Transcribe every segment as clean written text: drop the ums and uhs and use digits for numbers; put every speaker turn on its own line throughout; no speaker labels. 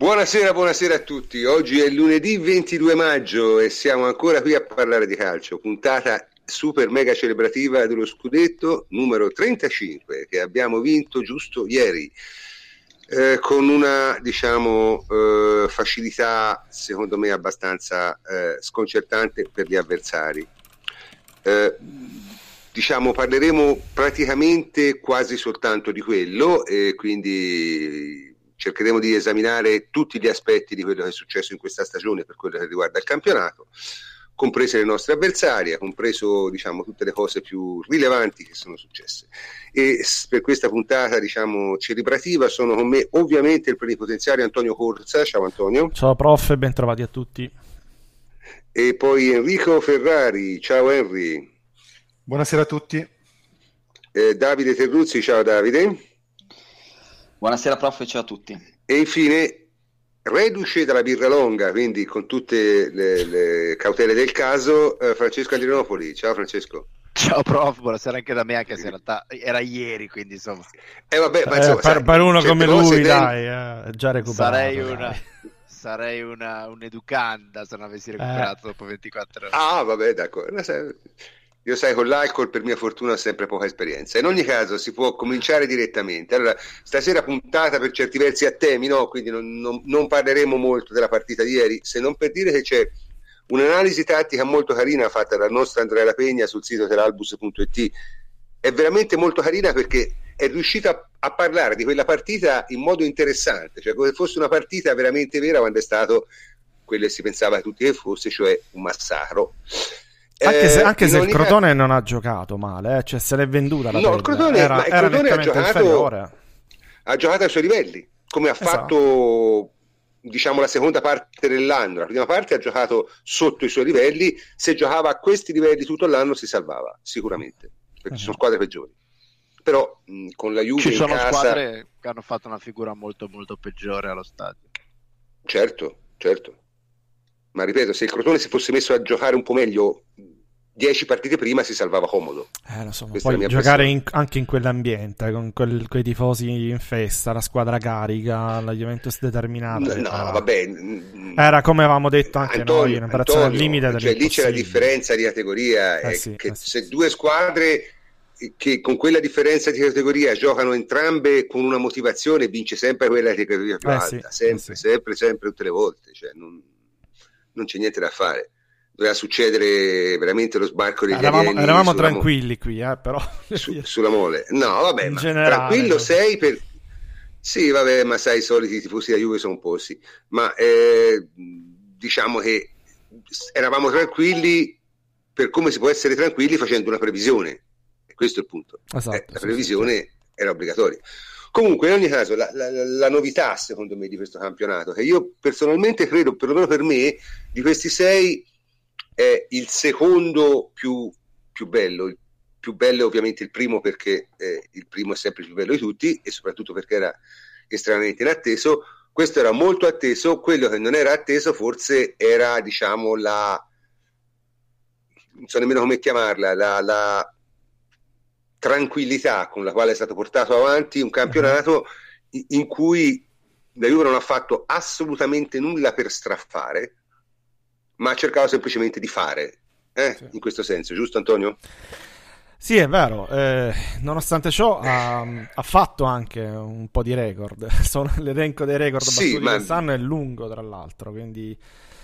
Buonasera a tutti. Oggi è lunedì 22 maggio e siamo ancora qui a parlare di calcio. Puntata super mega celebrativa dello scudetto numero 35 che abbiamo vinto giusto ieri con una facilità secondo me abbastanza sconcertante per gli avversari. Parleremo praticamente quasi soltanto di quello e quindi cercheremo di esaminare tutti gli aspetti di quello che è successo in questa stagione per quello che riguarda il campionato, comprese le nostre avversarie, compreso tutte le cose più rilevanti che sono successe. E per questa puntata celebrativa sono con me ovviamente il plenipotenziario Antonio Corsa. Ciao Antonio.
Ciao prof e ben trovati a tutti.
E poi Enrico Ferrari. Ciao Henry.
Buonasera a tutti.
Davide Terruzzi. Ciao Davide.
Buonasera prof e ciao a tutti.
E infine, reduce dalla birra longa, quindi con tutte le cautele del caso, Francesco Adrianopoli. Ciao Francesco.
Ciao prof, buonasera anche da me, anche se in realtà era ieri, quindi insomma.
Per uno come lui, dai, già recuperato.
Sarei un'educanda se non avessi recuperato dopo 24 ore.
Ah, vabbè, d'accordo. Io con l'alcol per mia fortuna ho sempre poca esperienza. In ogni caso si può cominciare direttamente. Allora, stasera puntata per certi versi a temi, no? Quindi non parleremo molto della partita di ieri, se non per dire che c'è un'analisi tattica molto carina fatta dal nostro Andrea La Pegna sul sito teralbus.it. È veramente molto carina perché è riuscita a parlare di quella partita in modo interessante, cioè come se fosse una partita veramente vera quando è stato quello che si pensava tutti che fosse, cioè un massacro.
Anche se il Crotone non ha giocato male, cioè se l'è venduta la
no, il Crotone
era nettamente inferiore.
Ha giocato ai suoi livelli, come ha fatto la seconda parte dell'anno. La prima parte ha giocato sotto i suoi livelli, se giocava a questi livelli tutto l'anno si salvava, sicuramente, perché ci sono squadre peggiori. Però con la Juve
ci sono
in casa...
squadre che hanno fatto una figura molto molto peggiore allo stadio.
Certo. Ma ripeto, se il Crotone si fosse messo a giocare un po' meglio 10 partite prima si salvava comodo.
Lo so, poi giocare anche in quell'ambiente con quei tifosi in festa, la squadra carica, la Juventus determinata. Era come avevamo detto anche
Antonio,
noi, un'operazione al limite
cioè lì c'è la differenza di categoria, se due squadre che con quella differenza di categoria giocano entrambe con una motivazione, vince sempre quella di categoria più alta, sempre tutte le volte, cioè non c'è niente da fare. Doveva succedere veramente lo sbarco degli alieni.
Eravamo tranquilli qui, però
sulla Mole. No, vabbè, ma generale, tranquillo sei per... Sì, vabbè, ma sai, i soliti tifosi da Juve sono un po' sì. Ma diciamo che eravamo tranquilli per come si può essere tranquilli facendo una previsione. E questo è il punto.
Esatto,
la previsione era obbligatoria. Comunque, in ogni caso, la novità, secondo me, di questo campionato, che io personalmente credo, perlomeno per me, di questi 6 è il secondo più bello. Il più bello è ovviamente il primo, perché il primo è sempre il più bello di tutti, e soprattutto perché era estremamente inatteso. Questo era molto atteso. Quello che non era atteso forse era, non so nemmeno come chiamarla, la tranquillità con la quale è stato portato avanti un campionato in cui la Juve non ha fatto assolutamente nulla per straffare, ma ha cercato semplicemente di fare, in questo senso, giusto Antonio?
Sì, è vero, nonostante ciò ha fatto anche un po' di record. L'elenco dei record battuti quest'anno è lungo, tra l'altro, quindi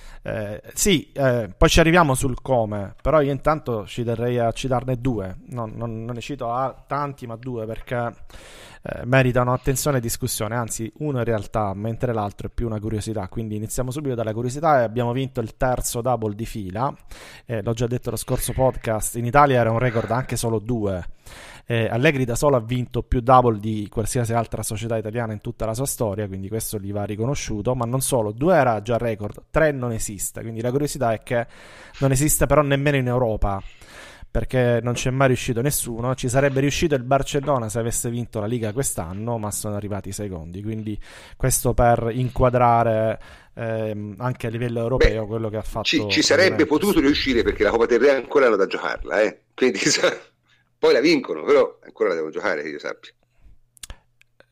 poi ci arriviamo sul come, però io intanto ci terrei a citarne 2, non ne cito tanti, ma 2 perché meritano attenzione e discussione, anzi uno in realtà, mentre l'altro è più una curiosità, quindi iniziamo subito dalla curiosità. Abbiamo vinto il terzo double di fila, l'ho già detto lo scorso podcast, in Italia era un record anche solo 2. Allegri da solo ha vinto più double di qualsiasi altra società italiana in tutta la sua storia, quindi questo gli va riconosciuto. Ma non solo, 2 era già record, 3 non esiste, quindi la curiosità è che non esiste però nemmeno in Europa, perché non c'è mai riuscito nessuno. Ci sarebbe riuscito il Barcellona se avesse vinto la Liga quest'anno, ma sono arrivati secondi, quindi questo per inquadrare anche a livello europeo quello che ha fatto.
Ci sarebbe potuto riuscire, perché la Coppa del Re ancora hanno da giocarla, quindi poi la vincono, però ancora la devono giocare, che io sappia.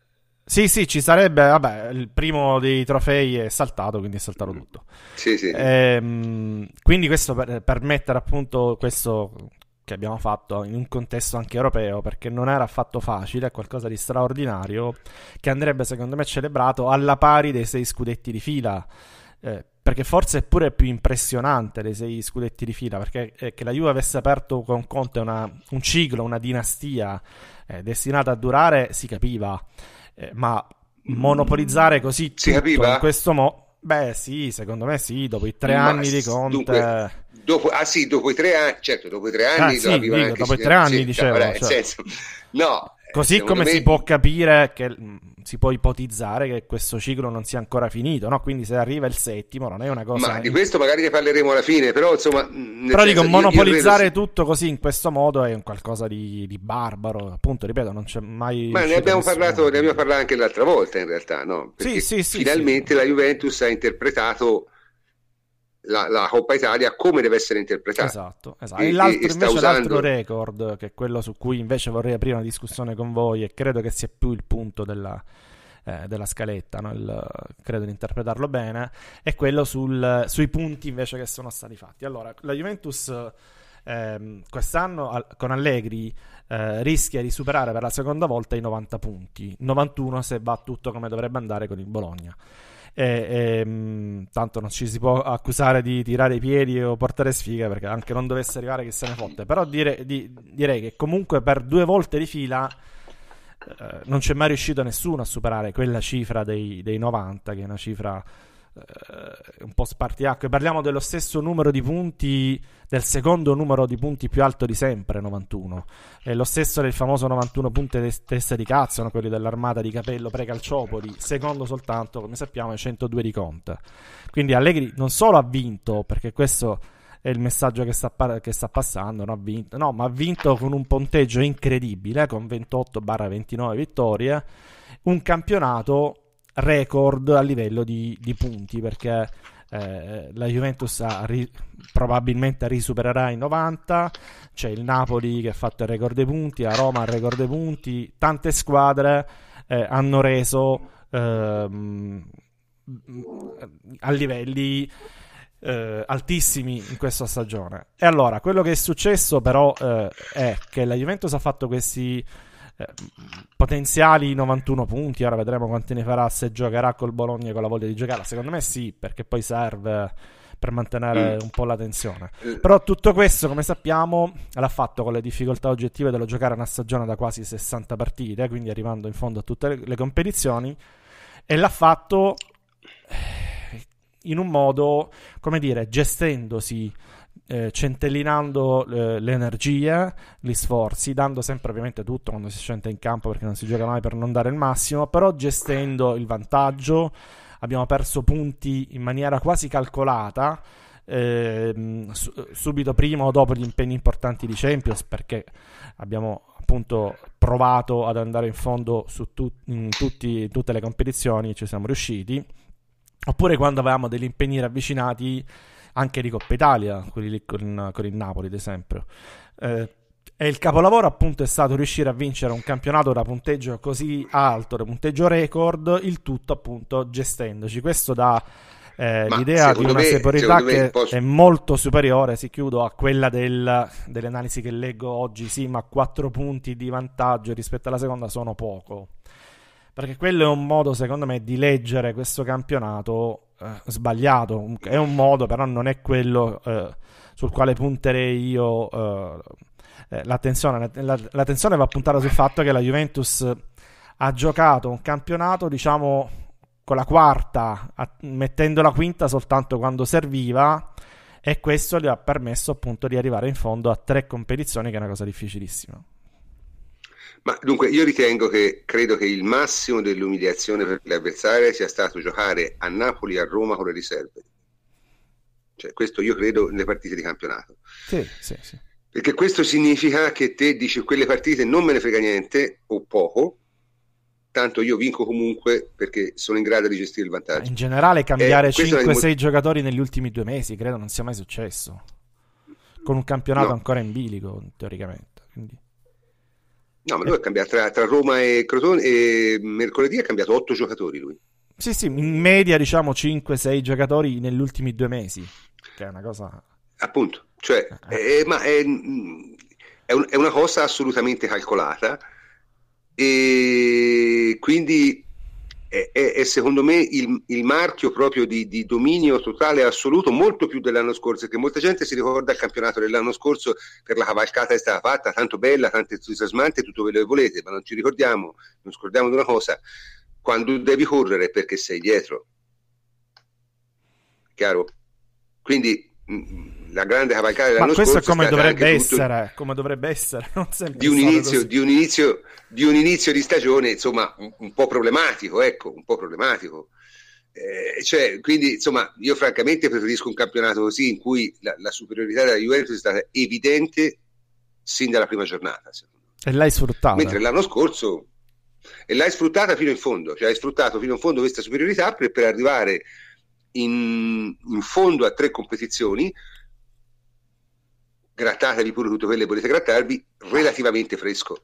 Sì, ci sarebbe, vabbè, il primo dei trofei è saltato, quindi è saltato tutto.
Sì.
Quindi questo per mettere appunto questo che abbiamo fatto in un contesto anche europeo, perché non era affatto facile, è qualcosa di straordinario che andrebbe secondo me celebrato alla pari dei 6 scudetti di fila, perché forse è pure più impressionante dei 6 scudetti di fila, perché che la Juve avesse aperto con Conte un ciclo, una dinastia destinata a durare si capiva. Ma monopolizzare così tutto in questo modo, beh sì, secondo me sì, dopo i 3 anni di Conte,
dopo i 3 anni, certo, dopo i 3 anni
sì, dico, dopo i 3 anni dicevo,
nel senso, no,
così come si può capire che si può ipotizzare che questo ciclo non sia ancora finito, no? Quindi se arriva il 7° non è una cosa...
Ma di questo magari ne parleremo alla fine, però insomma...
Però dico, monopolizzare tutto così in questo modo è un qualcosa di barbaro, appunto, ripeto, non c'è mai...
Ma ne abbiamo parlato anche l'altra volta in realtà, no? Perché
sì,
finalmente la Juventus ha interpretato la Coppa Italia come deve essere interpretata.
Esatto. E l'altro record, che è quello su cui invece vorrei aprire una discussione con voi, e credo che sia più il punto della scaletta, no? Credo di interpretarlo bene, è quello sui punti invece che sono stati fatti. Allora, la Juventus quest'anno con Allegri rischia di superare per la seconda volta i 90 punti, 91 se va tutto come dovrebbe andare con il Bologna. Tanto non ci si può accusare di tirare i piedi o portare sfiga, perché anche non dovesse arrivare che se ne fotte, però direi che comunque per 2 volte di fila non c'è mai riuscito nessuno a superare quella cifra dei 90, che è una cifra un po' spartiacque. Parliamo dello stesso numero di punti, del secondo numero di punti più alto di sempre, 91. È lo stesso del famoso 91 punti testa di cazzo, no? Quelli dell'armata di Capello pre-Calciopoli, secondo soltanto, come sappiamo, ai 102 di Conte. Quindi Allegri non solo ha vinto, perché questo è il messaggio che sta passando, ma ha vinto con un punteggio incredibile, con 28/29 vittorie, un campionato record a livello di punti, perché la Juventus probabilmente risupererà i 90, c'è il Napoli che ha fatto il record dei punti, la Roma il record dei punti, tante squadre hanno reso a livelli altissimi in questa stagione. E allora quello che è successo però è che la Juventus ha fatto questi potenziali 91 punti. Ora vedremo quanti ne farà, se giocherà col Bologna con la voglia di giocare. Secondo me sì, perché poi serve per mantenere un po' la tensione. Però tutto questo, come sappiamo, l'ha fatto con le difficoltà oggettive dello giocare una stagione da quasi 60 partite, quindi arrivando in fondo a tutte le competizioni, e l'ha fatto in un modo, come dire, gestendosi, centellinando le energie, gli sforzi, dando sempre ovviamente tutto quando si scende in campo, perché non si gioca mai per non dare il massimo, però gestendo il vantaggio. Abbiamo perso punti in maniera quasi calcolata, subito prima o dopo gli impegni importanti di Champions, perché abbiamo appunto provato ad andare in fondo in tutte le competizioni e ci siamo riusciti, oppure quando avevamo degli impegni ravvicinati anche di Coppa Italia, quelli lì con il Napoli ad esempio. E il capolavoro appunto è stato riuscire a vincere un campionato da punteggio così alto, da punteggio record, il tutto appunto gestendoci. Questo dà l'idea di una superiorità che è molto superiore, si chiudo, a quella delle analisi che leggo oggi. Sì, ma 4 punti di vantaggio rispetto alla seconda sono poco, perché quello è un modo secondo me di leggere questo campionato sbagliato. È un modo, però non è quello sul quale punterei io l'attenzione. L'attenzione va puntata sul fatto che la Juventus ha giocato un campionato, diciamo, con la quarta, mettendo la quinta soltanto quando serviva, e questo gli ha permesso appunto di arrivare in fondo a 3 competizioni, che è una cosa difficilissima.
Ma dunque io credo che il massimo dell'umiliazione per le avversarie sia stato giocare a Napoli e a Roma con le riserve. Cioè, questo io credo nelle partite di campionato.
Sì.
Perché questo significa che te dici: quelle partite non me ne frega niente o poco, tanto io vinco comunque perché sono in grado di gestire il vantaggio.
In generale cambiare 5-6 giocatori negli ultimi 2 mesi credo non sia mai successo, con un campionato ancora in bilico teoricamente, quindi.
No, ma lui ha cambiato tra Roma e Crotone e mercoledì ha cambiato 8 giocatori lui.
Sì, in media diciamo 5-6 giocatori negli ultimi 2 mesi, che è una cosa...
Appunto, cioè, ma è una cosa assolutamente calcolata e quindi è secondo me il marchio proprio di dominio totale assoluto, molto più dell'anno scorso, che molta gente si ricorda il campionato dell'anno scorso per la cavalcata che è stata fatta, tanto bella, tanto entusiasmante, tutto quello che volete, ma non scordiamo di una cosa: quando devi correre perché sei dietro, chiaro? Quindi la grande cavalcata dell'anno scorso,
ma questo è come dovrebbe essere, non sempre
di un inizio di stagione, insomma, un po' problematico, ecco, un po' problematico. Cioè, quindi, insomma, io francamente preferisco un campionato così, in cui la superiorità della Juventus è stata evidente sin dalla prima giornata,
e l'hai sfruttata.
Mentre l'anno scorso l'hai sfruttata fino in fondo, cioè hai sfruttato fino in fondo questa superiorità per arrivare in fondo a 3 competizioni, grattatevi pure tutte quelle che volete grattarvi, relativamente fresco.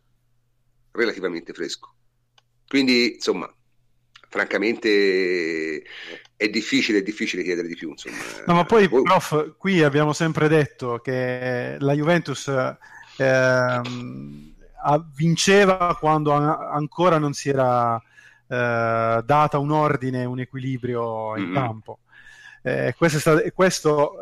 Quindi, insomma, francamente è difficile chiedere di più, insomma.
No, ma poi, prof, qui abbiamo sempre detto che la Juventus vinceva quando ancora non si era data un ordine, un equilibrio in campo. Questo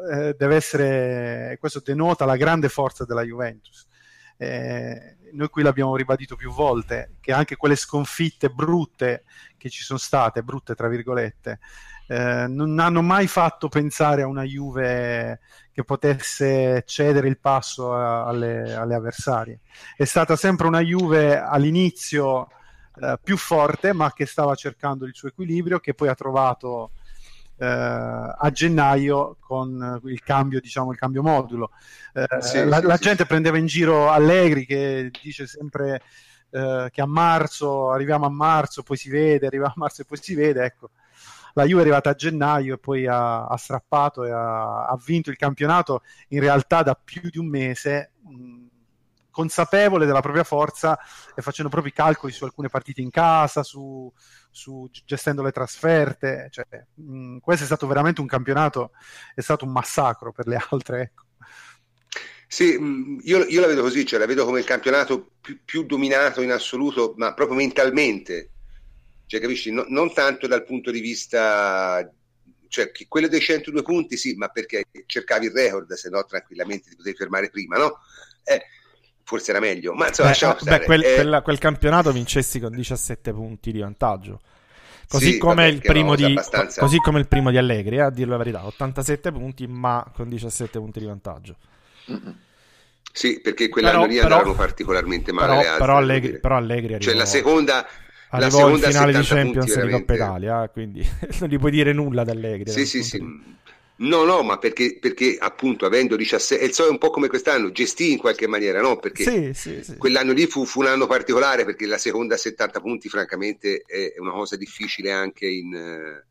denota la grande forza della Juventus. Noi qui l'abbiamo ribadito più volte, che anche quelle sconfitte brutte che ci sono state, brutte tra virgolette, non hanno mai fatto pensare a una Juve che potesse cedere il passo alle avversarie. È stata sempre una Juve all'inizio più forte, ma che stava cercando il suo equilibrio, che poi ha trovato a gennaio con il cambio modulo. La gente prendeva in giro Allegri, che dice sempre che arriviamo a marzo, poi si vede, arriviamo a marzo e poi si vede. Ecco, la Juve è arrivata a gennaio e poi ha strappato e ha vinto il campionato in realtà da più di un mese, consapevole della propria forza e facendo proprio i calcoli su alcune partite in casa, gestendo le trasferte. Cioè, questo è stato veramente un campionato, è stato un massacro per le altre, ecco.
Sì, io la vedo così, cioè la vedo come il campionato più dominato in assoluto, ma proprio mentalmente, cioè, capisci? Non tanto dal punto di vista, cioè quello dei 102 punti sì, ma perché cercavi il record, se no tranquillamente ti potevi fermare prima, no? Forse era meglio, ma insomma,
quel campionato vincessi con 17 punti di vantaggio, così
sì,
come il primo
abbastanza...
così come il primo di Allegri, a dire la verità, 87 punti ma con 17 punti di vantaggio.
Sì, perché quell'anno lì andarono particolarmente male le altre.
Però Allegri arrivò,
cioè la seconda
in finale di Champions
punti,
di Coppa Italia, quindi non gli puoi dire nulla ad Allegri.
Sì. No, ma perché appunto avendo 17, e so, è un po' come quest'anno, gestì in qualche maniera, no? Perché
sì.
Quell'anno lì fu un anno particolare, perché la seconda a 70 punti francamente è una cosa difficile anche in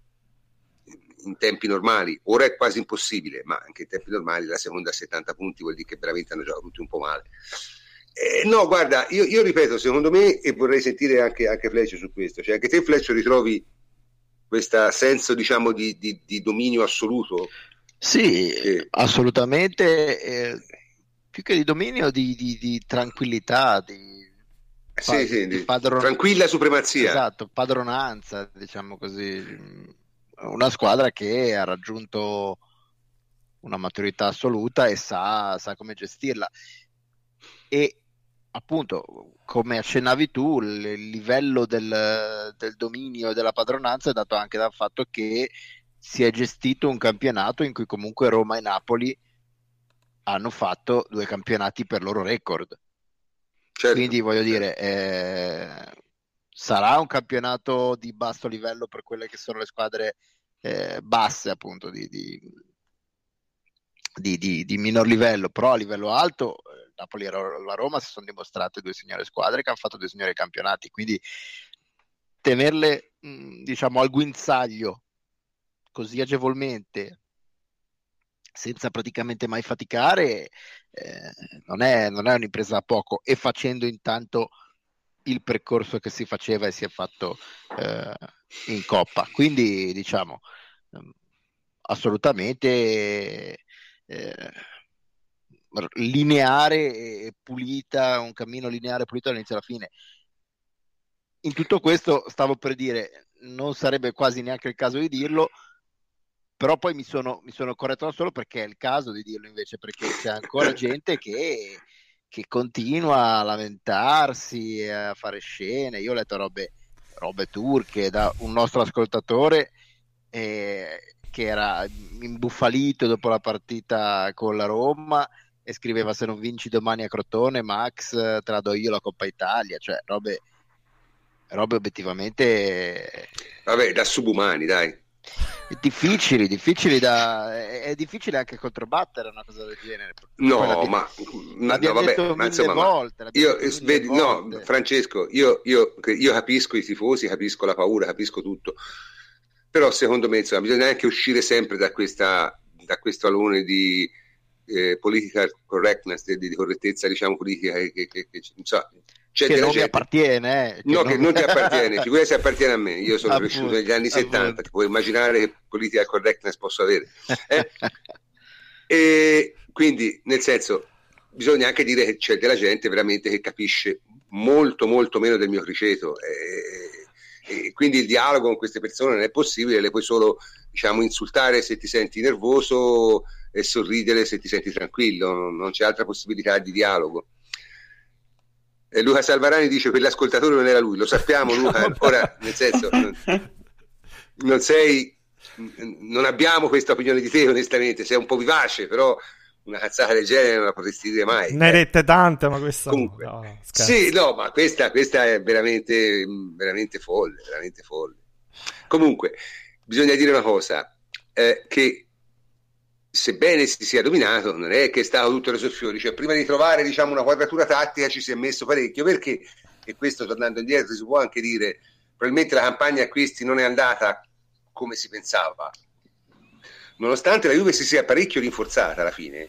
tempi normali. Ora è quasi impossibile, ma anche in tempi normali la seconda a 70 punti vuol dire che veramente hanno giocato tutti un po' male. No, guarda, io ripeto, secondo me, e vorrei sentire anche Fleccio su questo, cioè anche te, Fleccio, ritrovi questo senso, diciamo, di dominio assoluto?
Sì, assolutamente, più che di dominio, di tranquillità,
tranquilla supremazia.
Esatto, padronanza, diciamo così. Una squadra che ha raggiunto una maturità assoluta e sa come gestirla. E appunto, come accennavi tu, il livello del dominio e della padronanza è dato anche dal fatto che si è gestito un campionato in cui comunque Roma e Napoli hanno fatto 2 campionati per loro record. Certo. Quindi voglio dire, sarà un campionato di basso livello per quelle che sono le squadre basse, appunto, di minor livello, però a livello alto Napoli e la Roma si sono dimostrate 2 signore squadre che hanno fatto 2 signori campionati, quindi tenerle diciamo al guinzaglio così agevolmente senza praticamente mai faticare, non è un'impresa da poco, e facendo intanto il percorso che si faceva e si è fatto in Coppa. Quindi diciamo assolutamente lineare e pulita, un cammino lineare e pulito dall'inizio alla fine. In tutto questo stavo per dire, non sarebbe quasi neanche il caso di dirlo, però poi mi sono corretto solo perché è il caso di dirlo, invece, perché c'è ancora gente che continua a lamentarsi, a fare scene. Io ho letto robe turche da un nostro ascoltatore che era imbufalito dopo la partita con la Roma e scriveva: se non vinci domani a Crotone, Max, te la do io la Coppa Italia. Cioè robe obiettivamente,
vabbè, da subumani, dai.
difficili è difficile anche controbattere una cosa del genere.
No, Francesco, io capisco i tifosi, capisco la paura, capisco tutto, però secondo me, insomma, bisogna anche uscire sempre da questo alone di political correctness, di correttezza, diciamo, politica
che non mi appartiene,
che non ti appartiene, figurati se appartiene a me. Io sono cresciuto negli anni 70, ti puoi immaginare che politica correctness posso avere, e quindi, nel senso, bisogna anche dire che c'è della gente veramente che capisce molto molto meno del mio criceto, e quindi il dialogo con queste persone non è possibile, le puoi solo, diciamo, insultare se ti senti nervoso e sorridere se ti senti tranquillo, non c'è altra possibilità di dialogo. Luca Salvarani dice: quell'ascoltatore non era lui, lo sappiamo, Luca. Ora, nel senso, non abbiamo questa opinione di te, onestamente, sei un po' vivace, però una cazzata del genere non la potresti dire mai.
Ne hai dette tante, ma questa
comunque,
no,
sì, no, ma questa è veramente, veramente folle, veramente folle. Comunque, bisogna dire una cosa, che sebbene si sia dominato, non è che è stato tutto reso fiori, cioè prima di trovare, diciamo, una quadratura tattica ci si è messo parecchio, perché, e questo tornando indietro si può anche dire, probabilmente la campagna acquisti non è andata come si pensava, nonostante la Juve si sia parecchio rinforzata alla fine.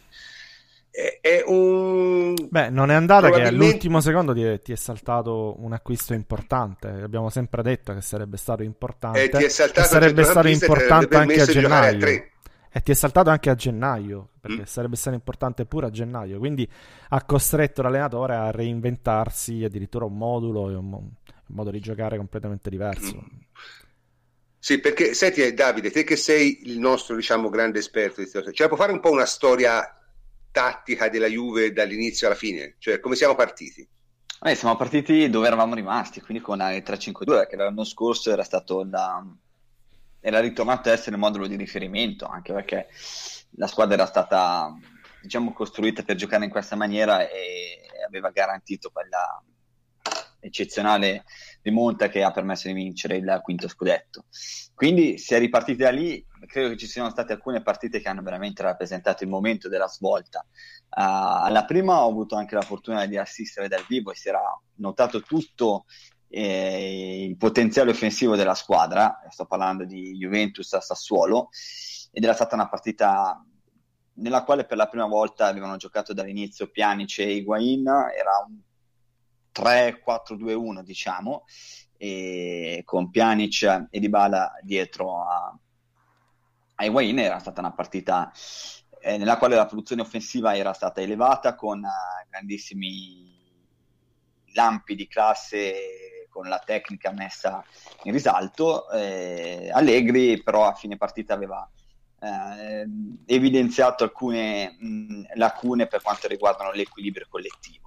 Non è andata che all'ultimo secondo ti è saltato un acquisto importante. Abbiamo sempre detto che sarebbe stato importante,
ti è saltato,
e sarebbe stato importante anche a gennaio.
A
e ti è saltato anche a gennaio, perché sarebbe stato importante pure a gennaio, quindi ha costretto l'allenatore a reinventarsi addirittura un modulo e un modo di giocare completamente diverso.
Sì, perché senti Davide, te che sei il nostro, diciamo, grande esperto di situazione, ce la può fare un po' una storia tattica della Juve dall'inizio alla fine? Cioè, come siamo partiti?
Siamo partiti dove eravamo rimasti, quindi con il 3-5-2, che l'anno scorso era stato era ritornato a essere il modulo di riferimento, anche perché la squadra era stata, diciamo, costruita per giocare in questa maniera e aveva garantito quella eccezionale rimonta che ha permesso di vincere il quinto scudetto. Quindi si è ripartiti da lì. Credo che ci siano state alcune partite che hanno veramente rappresentato il momento della svolta. Alla prima ho avuto anche la fortuna di assistere dal vivo e si era notato tutto il potenziale offensivo della squadra. Sto parlando di Juventus a Sassuolo, ed era stata una partita nella quale per la prima volta avevano giocato dall'inizio Pjanic e Higuain. Era un 3-4-2-1, diciamo, e con Pjanic e Dybala dietro a Higuain. Era stata una partita nella quale la produzione offensiva era stata elevata, con grandissimi lampi di classe, con la tecnica messa in risalto. Allegri però a fine partita aveva evidenziato alcune lacune per quanto riguardano l'equilibrio collettivo.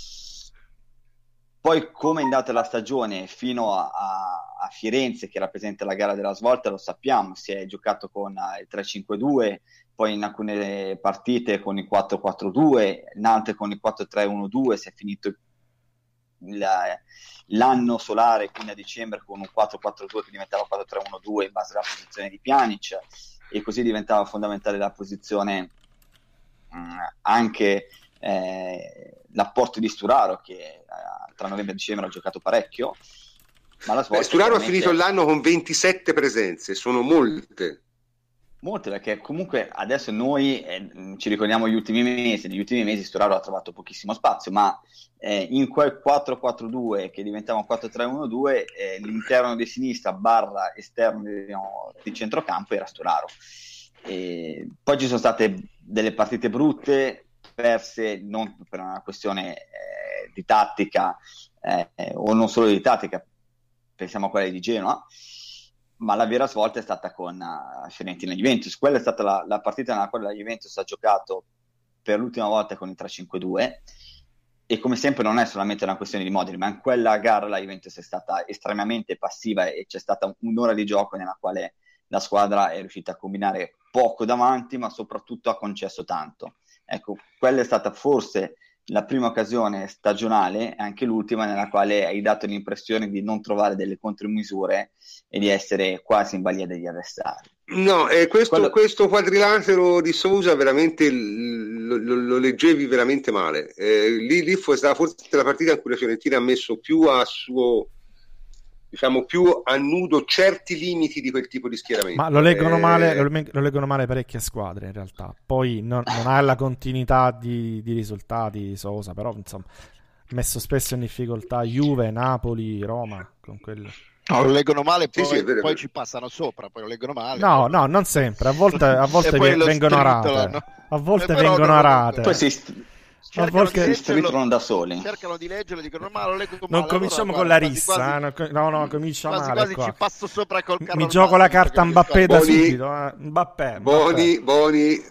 Poi, come è andata la stagione fino a Firenze, che rappresenta la gara della svolta, lo sappiamo. Si è giocato con il 3-5-2, poi in alcune partite con il 4-4-2, in altre con il 4-3-1-2. Si è finito l'anno solare, quindi a dicembre, con un 4-4-2 che diventava 4-3-1-2 in base alla posizione di Pjanic, e così diventava fondamentale la posizione anche l'apporto di Sturaro, che tra novembre e dicembre ha giocato parecchio. Ma la
Sturaro ha finito l'anno con 27 presenze, sono molte.
Molte, perché comunque adesso noi ci ricordiamo gli ultimi mesi. Negli ultimi mesi Sturaro ha trovato pochissimo spazio, ma in quel 4-4-2 che diventava un 4-3-1-2, l'interno di sinistra barra esterno di centrocampo era Sturaro. E poi ci sono state delle partite brutte, perse non per una questione di tattica, o non solo di tattica, pensiamo a quelle di Genoa, ma la vera svolta è stata con Fiorentina-Juventus. Quella è stata la partita nella quale la Juventus ha giocato per l'ultima volta con il 3-5-2, e come sempre non è solamente una questione di moduli, ma in quella gara la Juventus è stata estremamente passiva e c'è stata un'ora di gioco nella quale la squadra è riuscita a combinare poco davanti, ma soprattutto ha concesso tanto. Ecco, quella è stata forse la prima occasione stagionale, e anche l'ultima, nella quale hai dato l'impressione di non trovare delle contromisure e di essere quasi in balia degli avversari.
No, questo quadrilatero di Sousa veramente lo leggevi veramente male. Lì fu stata forse la partita in cui la Fiorentina ha messo più a suo, diciamo, più a nudo certi limiti di quel tipo di schieramento.
Ma lo leggono male parecchie squadre in realtà. Poi non ha la continuità di risultati Sousa, però insomma ha messo spesso in difficoltà Juve, Napoli, Roma con quello.
No, lo leggono male, poi,
sì, è vero,
poi ci passano sopra, poi lo leggono male.
No, non sempre, a volte vengono arate. A volte vengono arate.
Poi si stritolano da soli.
Cercano di leggerlo, dicono ma lo leggo male.
Non cominciamo con la rissa, no, comincia
quasi,
male
quasi
qua.
ci passo sopra col carro.
Mi gioco la carta Mbappé da subito. Mbappé.
Buoni.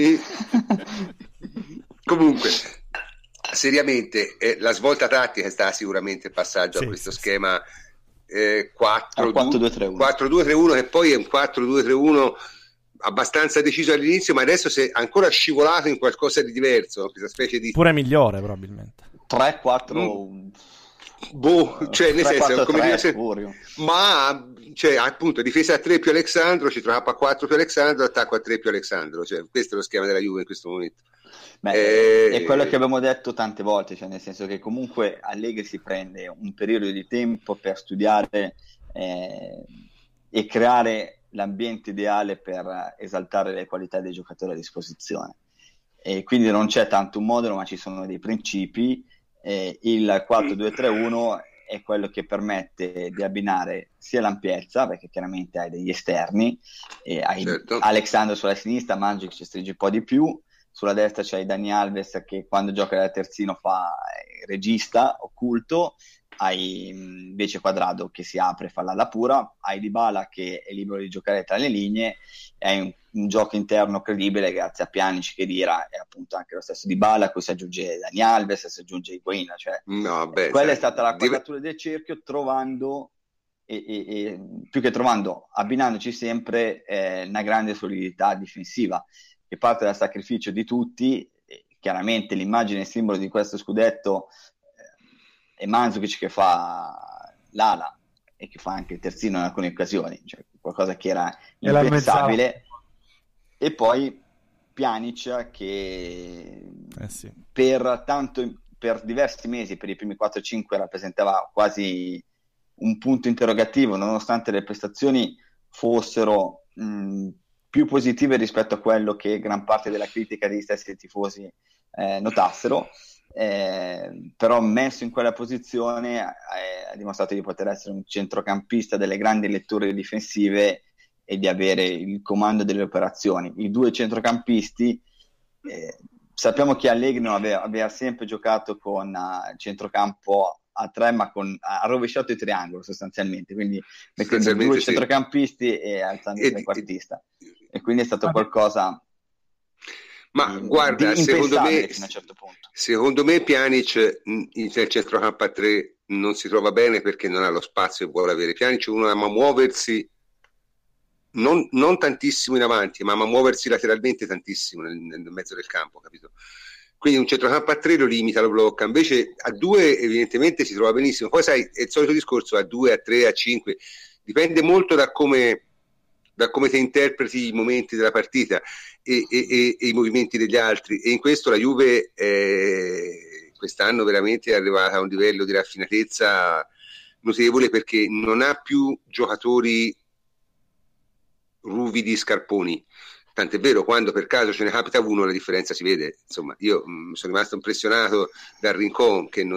Comunque, seriamente, la svolta tattica è stata sicuramente il passaggio a questo schema 4-2-3-1, che poi è un 4-2-3-1 abbastanza deciso all'inizio, ma adesso si è ancora scivolato in qualcosa di diverso, questa specie di
pure migliore probabilmente
3-4
cioè nel senso, come dire,
Furio.
ma cioè, appunto difesa a 3 più Alexandro, centrocampo a 4 più Alexandro, attacco a 3 più Alexandro, cioè questo è lo schema della Juve in questo momento.
È quello che abbiamo detto tante volte, cioè nel senso che comunque Allegri si prende un periodo di tempo per studiare e creare l'ambiente ideale per esaltare le qualità dei giocatori a disposizione, e quindi non c'è tanto un modulo, ma ci sono dei principi. Il 4-2-3-1 è quello che permette di abbinare sia l'ampiezza, perché chiaramente hai degli esterni, e hai Alexandro sulla sinistra, Mandzukic ci stringe un po' di più, sulla destra c'hai Dani Alves che quando gioca da terzino fa regista occulto, hai invece Quadrado che si apre e fa l'ala pura, hai Dybala che è libero di giocare tra le linee, e hai un gioco interno credibile grazie a Pjanic, Khedira, e appunto anche lo stesso Dybala, a cui si aggiunge Dani Alves, si aggiunge Higuain, cioè quella è stata la quadratura del cerchio, trovando e più che trovando, abbinandoci sempre una grande solidità difensiva che parte dal sacrificio di tutti. Chiaramente l'immagine simbolo di questo scudetto è Mandzukic che fa l'ala e che fa anche il terzino in alcune occasioni, cioè qualcosa che era impensabile, e poi Pjanic che per diversi mesi, per i primi 4-5 rappresentava quasi un punto interrogativo, nonostante le prestazioni fossero più positive rispetto a quello che gran parte della critica degli stessi tifosi notassero, però messo in quella posizione ha dimostrato di poter essere un centrocampista delle grandi letture difensive e di avere il comando delle operazioni. I due centrocampisti, sappiamo che Allegri non aveva sempre giocato con centrocampo a 3, ma ha rovesciato il triangolo sostanzialmente, quindi mettendo due centrocampisti e alzando il trequartista, e quindi è stato qualcosa
guarda,
di impensabile fino a un certo punto.
Secondo me Pjanic nel centrocampo a 3 non si trova bene perché non ha lo spazio che vuole avere. Pjanic uno ama muoversi non tantissimo in avanti, ma ama muoversi lateralmente tantissimo nel mezzo del campo, capito? Quindi un centrocampo a 3 lo limita, lo blocca, invece a 2 evidentemente si trova benissimo. Poi sai, è il solito discorso, a 2, a 3, a 5, dipende molto da come ti interpreti i momenti della partita e i movimenti degli altri, e in questo la Juve quest'anno veramente è arrivata a un livello di raffinatezza notevole, perché non ha più giocatori ruvidi scarponi. Tant'è vero, quando per caso ce ne capita uno, la differenza si vede. Insomma, io sono rimasto impressionato dal Rincon, che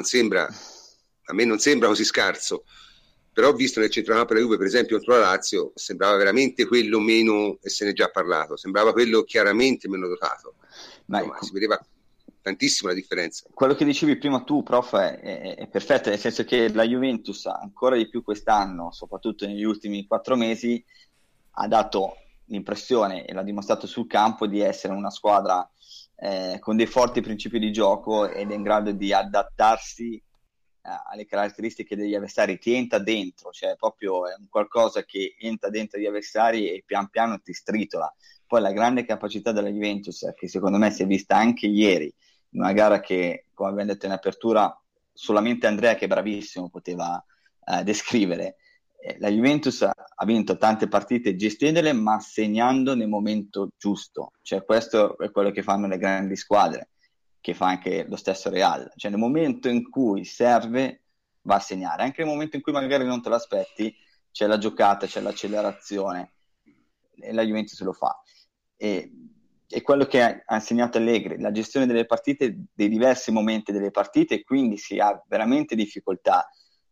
a me non sembra così scarso, però ho visto nel centrocampo della Juve, per esempio contro la Lazio, sembrava veramente quello meno, e se ne è già parlato, sembrava quello chiaramente meno dotato. Insomma, si vedeva tantissimo la differenza.
Quello che dicevi prima tu, prof, è perfetto, nel senso che la Juventus ancora di più quest'anno, soprattutto negli ultimi 4 mesi, ha dato l'impressione, e l'ha dimostrato sul campo, di essere una squadra con dei forti principi di gioco ed è in grado di adattarsi alle caratteristiche degli avversari. Ti entra dentro, cioè proprio è un qualcosa che entra dentro gli avversari e pian piano ti stritola. Poi la grande capacità della Juventus, che secondo me si è vista anche ieri in una gara che, come abbiamo detto in apertura, solamente Andrea, che è bravissimo, poteva descrivere. La Juventus ha vinto tante partite gestendole, ma segnando nel momento giusto. Cioè, questo è quello che fanno le grandi squadre, che fa anche lo stesso Real. Cioè, nel momento in cui serve, va a segnare. Anche nel momento in cui magari non te l'aspetti, c'è la giocata, c'è l'accelerazione, e la Juventus lo fa. E quello che ha insegnato Allegri, la gestione delle partite, dei diversi momenti delle partite, e quindi si ha veramente difficoltà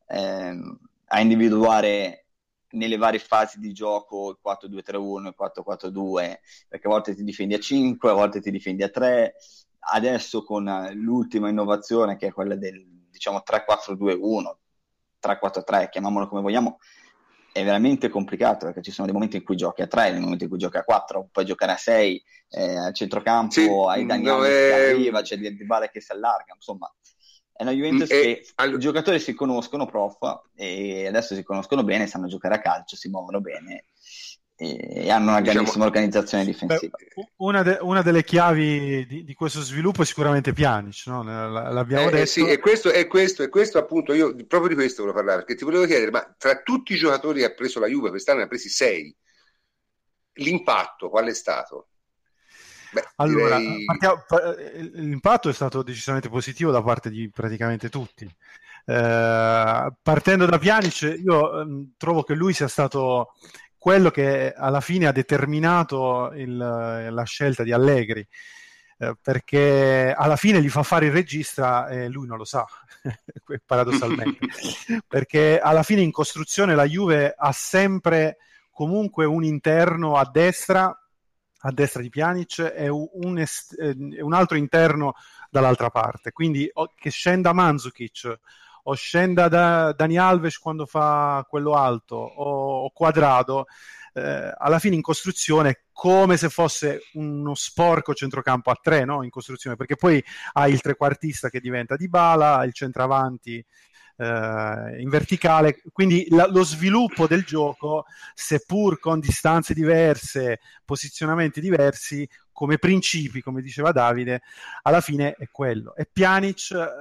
a individuare nelle varie fasi di gioco il 4-2-3-1, il 4-4-2, perché a volte ti difendi a 5, a volte ti difendi a 3. Adesso con l'ultima innovazione, che è quella del, diciamo, 3-4-2-1, 3-4-3, chiamiamolo come vogliamo, è veramente complicato, perché ci sono dei momenti in cui giochi a 3, dei momenti in cui giochi a 4, puoi giocare a 6, al centrocampo sì, hai Daniel che arriva, c'è il Dybala che si allarga, insomma è una Juventus che i giocatori si conoscono, prof, e adesso si conoscono bene, sanno giocare a calcio, si muovono bene e hanno una grandissima organizzazione difensiva.
Una delle chiavi di questo sviluppo è sicuramente Pjanic, no? L'abbiamo detto.
Sì, e questo appunto, io proprio di questo volevo parlare, perché ti volevo chiedere, ma tra tutti i giocatori che ha preso la Juve quest'anno, ne ha presi 6, l'impatto qual è stato?
Beh, allora, l'impatto è stato decisamente positivo da parte di praticamente tutti. Partendo da Pjanic, io trovo che lui sia stato quello che alla fine ha determinato la scelta di Allegri, perché alla fine gli fa fare il regista e lui non lo sa, paradossalmente, perché alla fine in costruzione la Juve ha sempre comunque un interno a destra di Pjanic e un altro interno dall'altra parte, quindi che scenda Mandzukic o scenda Dani Alves quando fa quello alto o Quadrado, alla fine in costruzione come se fosse uno sporco centrocampo a 3, no? In costruzione, perché poi hai il trequartista che diventa Dybala, il centravanti in verticale, quindi lo sviluppo del gioco, seppur con distanze diverse, posizionamenti diversi, come principi, come diceva Davide, alla fine è quello. E Pjanic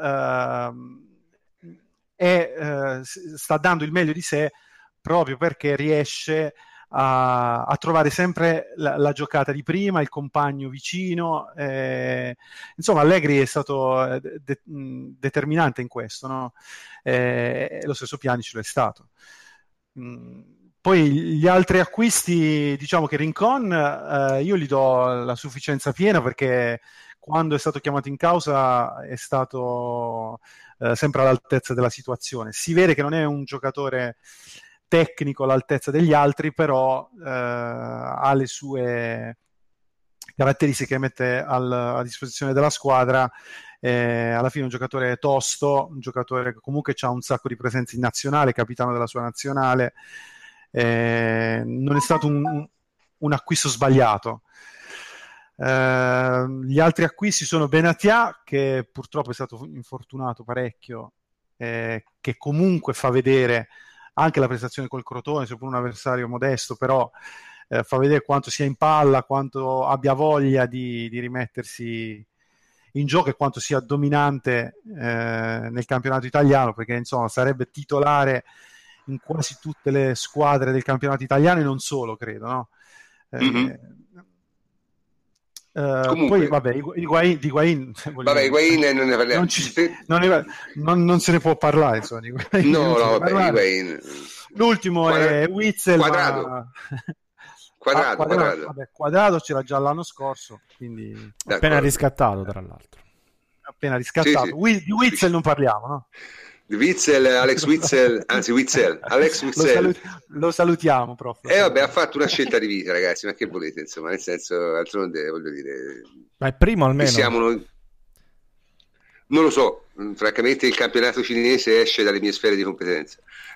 sta dando il meglio di sé proprio perché riesce a trovare sempre la giocata di prima, il compagno vicino, insomma Allegri è stato determinante in questo, no? Lo stesso Pjanic lo è stato. Poi gli altri acquisti, diciamo che Rincon io gli do la sufficienza piena, perché quando è stato chiamato in causa è stato sempre all'altezza della situazione. Si vede che non è un giocatore tecnico all'altezza degli altri, però ha le sue caratteristiche che mette a disposizione della squadra. Alla fine è un giocatore tosto, un giocatore che comunque ha un sacco di presenze in nazionale, capitano della sua nazionale. Non è stato un acquisto sbagliato. Gli altri acquisti sono Benatia, che purtroppo è stato infortunato parecchio, che comunque fa vedere anche la prestazione col Crotone, seppur un avversario modesto, però fa vedere quanto sia in palla, quanto abbia voglia di rimettersi in gioco e quanto sia dominante nel campionato italiano, perché insomma sarebbe titolare in quasi tutte le squadre del campionato italiano e non solo, credo, no? Poi vabbè, Higuain
non ne parliamo,
non se ne può parlare, insomma,
Higuain.
L'ultimo Quadrado. È Witzel,
Quadrado.
Vabbè, Quadrado c'era già l'anno scorso, quindi
appena riscattato, tra l'altro.
Appena riscattato.
Sì.
Di Witsel non parliamo, no?
Di Witsel, Alex Witsel,
Lo salutiamo, prof.
Vabbè, ha fatto una scelta di vita, ragazzi, ma che volete, insomma, nel senso, d'altronde, voglio dire...
Ma è primo almeno?
Siamo noi... Non lo so, francamente il campionato cinese esce dalle mie sfere di competenza.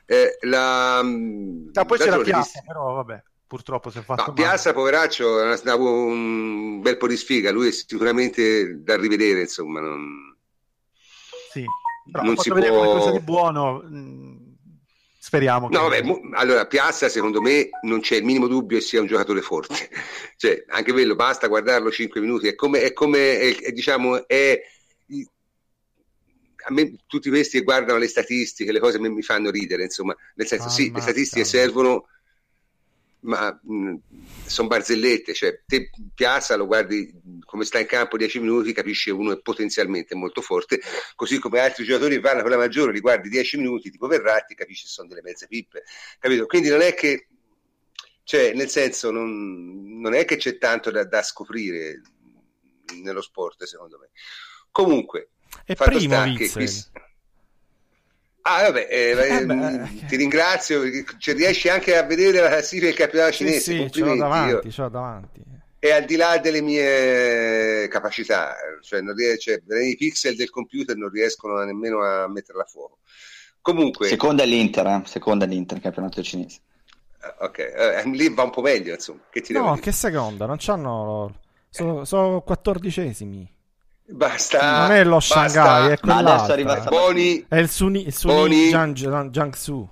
Poi c'è la Piazza, però vabbè, purtroppo si è fatto male.
Piazza, poveraccio, ha avuto un bel po' di sfiga, lui è sicuramente da rivedere, insomma.
Sì, però
non si può...
qualcosa di buono, speriamo.
No, vabbè, allora Piazza secondo me non c'è il minimo dubbio che sia un giocatore forte, cioè anche quello basta guardarlo 5 minuti, a me tutti questi che guardano le statistiche, le cose mi fanno ridere, insomma, nel senso le statistiche servono, ma sono barzellette, cioè te Piazza lo guardi come sta in campo 10 minuti, capisci che uno è potenzialmente molto forte, così come altri giocatori vanno per la maggiore, li guardi 10 minuti tipo Verratti, capisci che sono delle mezze pippe, capito? Quindi non è che, cioè nel senso non è che c'è tanto da scoprire nello sport, secondo me. Comunque
è primo Witsel.
Ti ringrazio, cioè, riesci anche a vedere la classifica del campionato cinese.
Sì, ce l'ho davanti.
E al di là delle mie capacità, cioè i pixel del computer non riescono nemmeno a metterla a fuoco. Comunque
seconda l'Inter campionato cinese.
Ok, lì va un po' meglio, insomma. Che
che seconda? Non c'hanno, sono 14esimi.
Basta.
Non è lo Shanghai, è quell'altro.
Boni.
È il Suni Jiangsu.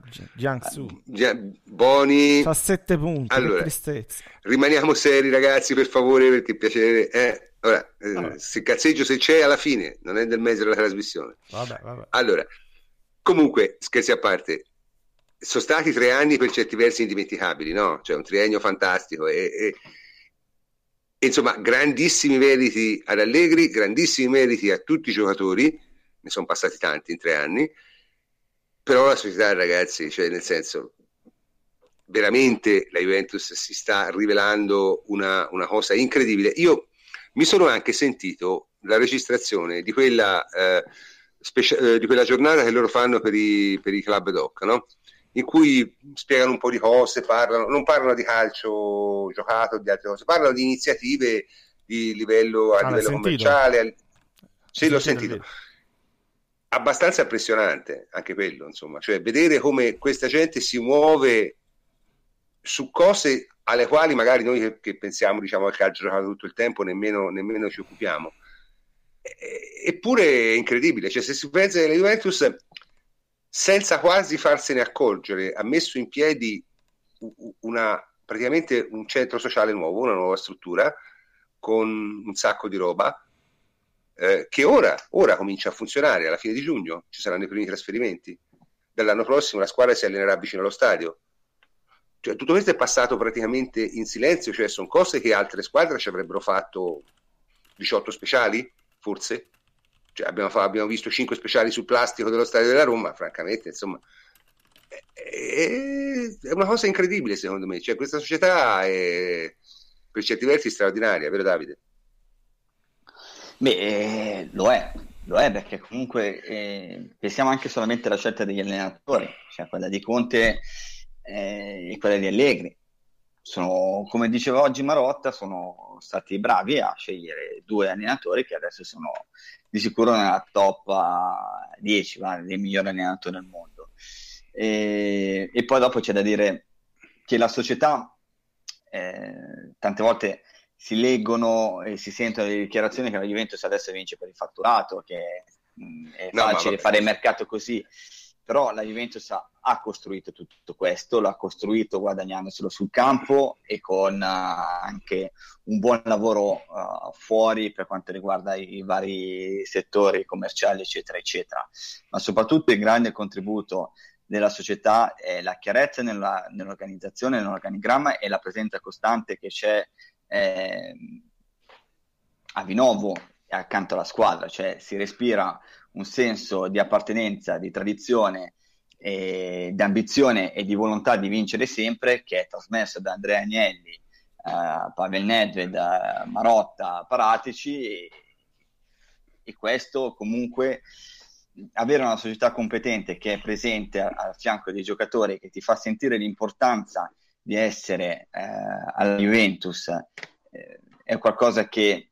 Boni.
Fa 7 punti.
Allora,
che tristezza.
Rimaniamo seri, ragazzi, per favore, perché è piacere. Se cazzeggio se c'è alla fine, non è del mezzo della trasmissione.
Vabbè.
Allora, comunque, scherzi a parte, sono stati 3 anni per certi versi indimenticabili, no? Cioè un triennio fantastico e insomma, grandissimi meriti ad Allegri, grandissimi meriti a tutti i giocatori, ne sono passati tanti in 3 anni, però la società, ragazzi, cioè nel senso, veramente la Juventus si sta rivelando una cosa incredibile. Io mi sono anche sentito la registrazione di quella giornata che loro fanno per i club doc, no? In cui spiegano un po' di cose, non parlano di calcio giocato, di altre cose, parlano di iniziative di livello commerciale. Sì, l'ho sentito. Abbastanza impressionante anche quello, insomma, cioè vedere come questa gente si muove su cose alle quali magari noi che pensiamo, diciamo, al calcio giocato tutto il tempo nemmeno ci occupiamo. Eppure è incredibile, cioè se si pensa che la Juventus, senza quasi farsene accorgere, ha messo in piedi praticamente un centro sociale nuovo, una nuova struttura con un sacco di roba che ora comincia a funzionare. Alla fine di giugno ci saranno i primi trasferimenti, dall'anno prossimo la squadra si allenerà vicino allo stadio, cioè tutto questo è passato praticamente in silenzio, cioè sono cose che altre squadre ci avrebbero fatto 18 speciali forse. Cioè, abbiamo visto 5 speciali sul plastico dello stadio della Roma, francamente, insomma, è una cosa incredibile, secondo me. Cioè, questa società è per certi versi straordinaria, vero Davide?
Beh, lo è perché comunque pensiamo anche solamente alla scelta degli allenatori, cioè quella di Conte e quella di Allegri. Come diceva oggi Marotta, sono stati bravi a scegliere 2 allenatori che adesso sono di sicuro nella top 10 dei migliori allenatori del mondo. E poi dopo c'è da dire che la società tante volte si leggono e si sentono le dichiarazioni che la Juventus adesso vince per il fatturato, che è facile fare il mercato così. Però la Juventus ha costruito tutto questo, l'ha costruito guadagnandoselo sul campo e con anche un buon lavoro fuori per quanto riguarda i vari settori commerciali, eccetera, eccetera. Ma soprattutto il grande contributo della società è la chiarezza nell'organizzazione, nell'organigramma e la presenza costante che c'è a Vinovo accanto alla squadra, cioè si respira un senso di appartenenza, di tradizione di ambizione e di volontà di vincere sempre, che è trasmesso da Andrea Agnelli, Pavel Nedved, Marotta, Paratici, e questo comunque, avere una società competente che è presente al fianco dei giocatori, che ti fa sentire l'importanza di essere alla Juventus, è qualcosa che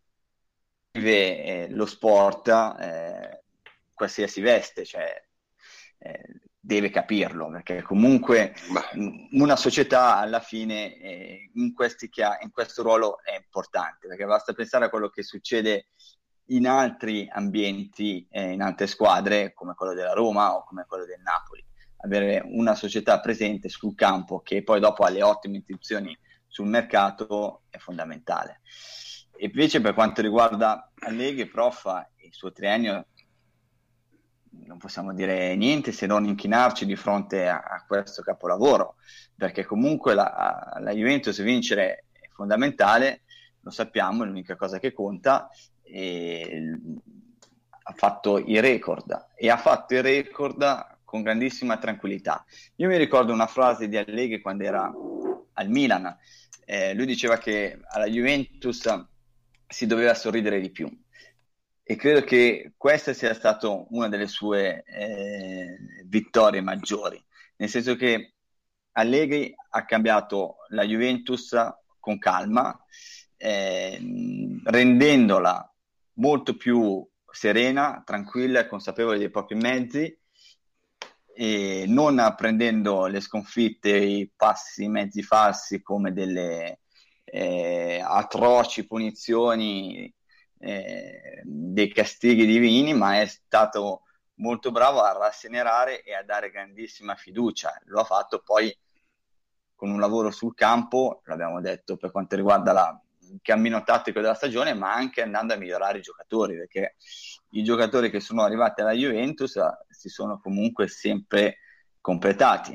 vive lo sport qualsiasi veste, cioè deve capirlo, perché comunque una società alla fine in questo ruolo è importante, perché basta pensare a quello che succede in altri ambienti, in altre squadre come quello della Roma o come quello del Napoli. Avere una società presente sul campo che poi dopo ha le ottime intenzioni sul mercato è fondamentale. E invece per quanto riguarda Allegri, prof, il suo triennio, non possiamo dire niente se non inchinarci di fronte a questo capolavoro, perché comunque la Juventus vincere è fondamentale, lo sappiamo, è l'unica cosa che conta, e ha fatto i record, e ha fatto i record con grandissima tranquillità. Io mi ricordo una frase di Allegri quando era al Milan, lui diceva che alla Juventus si doveva sorridere di più, e credo che questa sia stata una delle sue vittorie maggiori, nel senso che Allegri ha cambiato la Juventus con calma, rendendola molto più serena, tranquilla e consapevole dei propri mezzi, e non prendendo le sconfitte, i passi, i mezzi falsi come delle atroci punizioni, dei castighi divini, ma è stato molto bravo a rasserenare e a dare grandissima fiducia. Lo ha fatto poi con un lavoro sul campo, l'abbiamo detto, per quanto riguarda il cammino tattico della stagione, ma anche andando a migliorare i giocatori, perché i giocatori che sono arrivati alla Juventus si sono comunque sempre completati.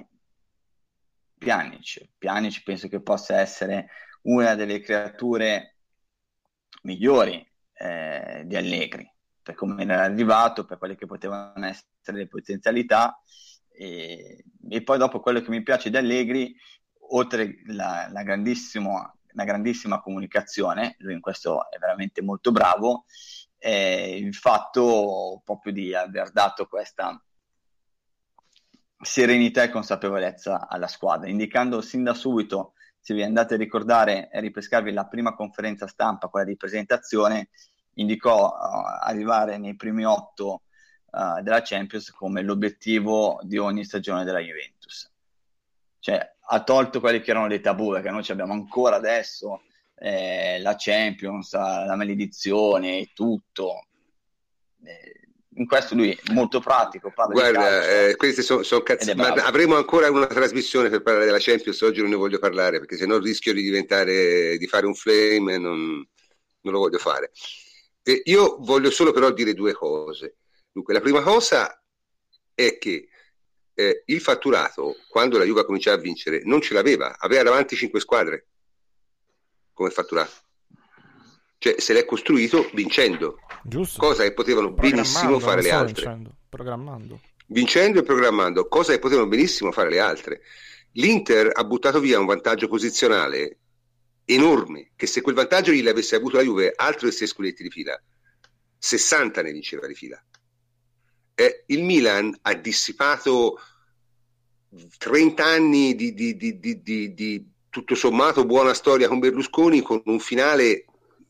Pjanic penso che possa essere una delle creature migliori di Allegri, per come era arrivato, per quelle che potevano essere le potenzialità, e poi dopo quello che mi piace di Allegri, oltre la grandissima comunicazione, lui in questo è veramente molto bravo, il fatto proprio di aver dato questa serenità e consapevolezza alla squadra, indicando sin da subito, se vi andate a ricordare e ripescarvi la prima conferenza stampa, quella di presentazione, indicò arrivare nei primi 8 della Champions come l'obiettivo di ogni stagione della Juventus. Cioè, ha tolto quelli che erano dei tabù, perché noi abbiamo ancora adesso la Champions, la maledizione e tutto. In questo lui è molto pratico, parla.
Guarda, questi sono cazzi, ma avremo ancora una trasmissione per parlare della Champions. Oggi non ne voglio parlare, perché sennò rischio di fare un flame e non lo voglio fare. Io voglio solo però dire due cose. Dunque, la prima cosa è che il fatturato, quando la Juve cominciava a vincere, non ce l'aveva, aveva davanti 5 squadre come fatturato, cioè se l'è costruito vincendo.
Giusto.
Cosa che potevano benissimo fare le altre, vincendo e programmando, cosa che potevano benissimo fare le altre. L'Inter ha buttato via un vantaggio posizionale enorme, che se quel vantaggio gli avesse avuto la Juve, altro che 6 scudetti di fila, 60 ne vinceva di fila. Il Milan ha dissipato 30 anni di tutto sommato buona storia con Berlusconi, con un finale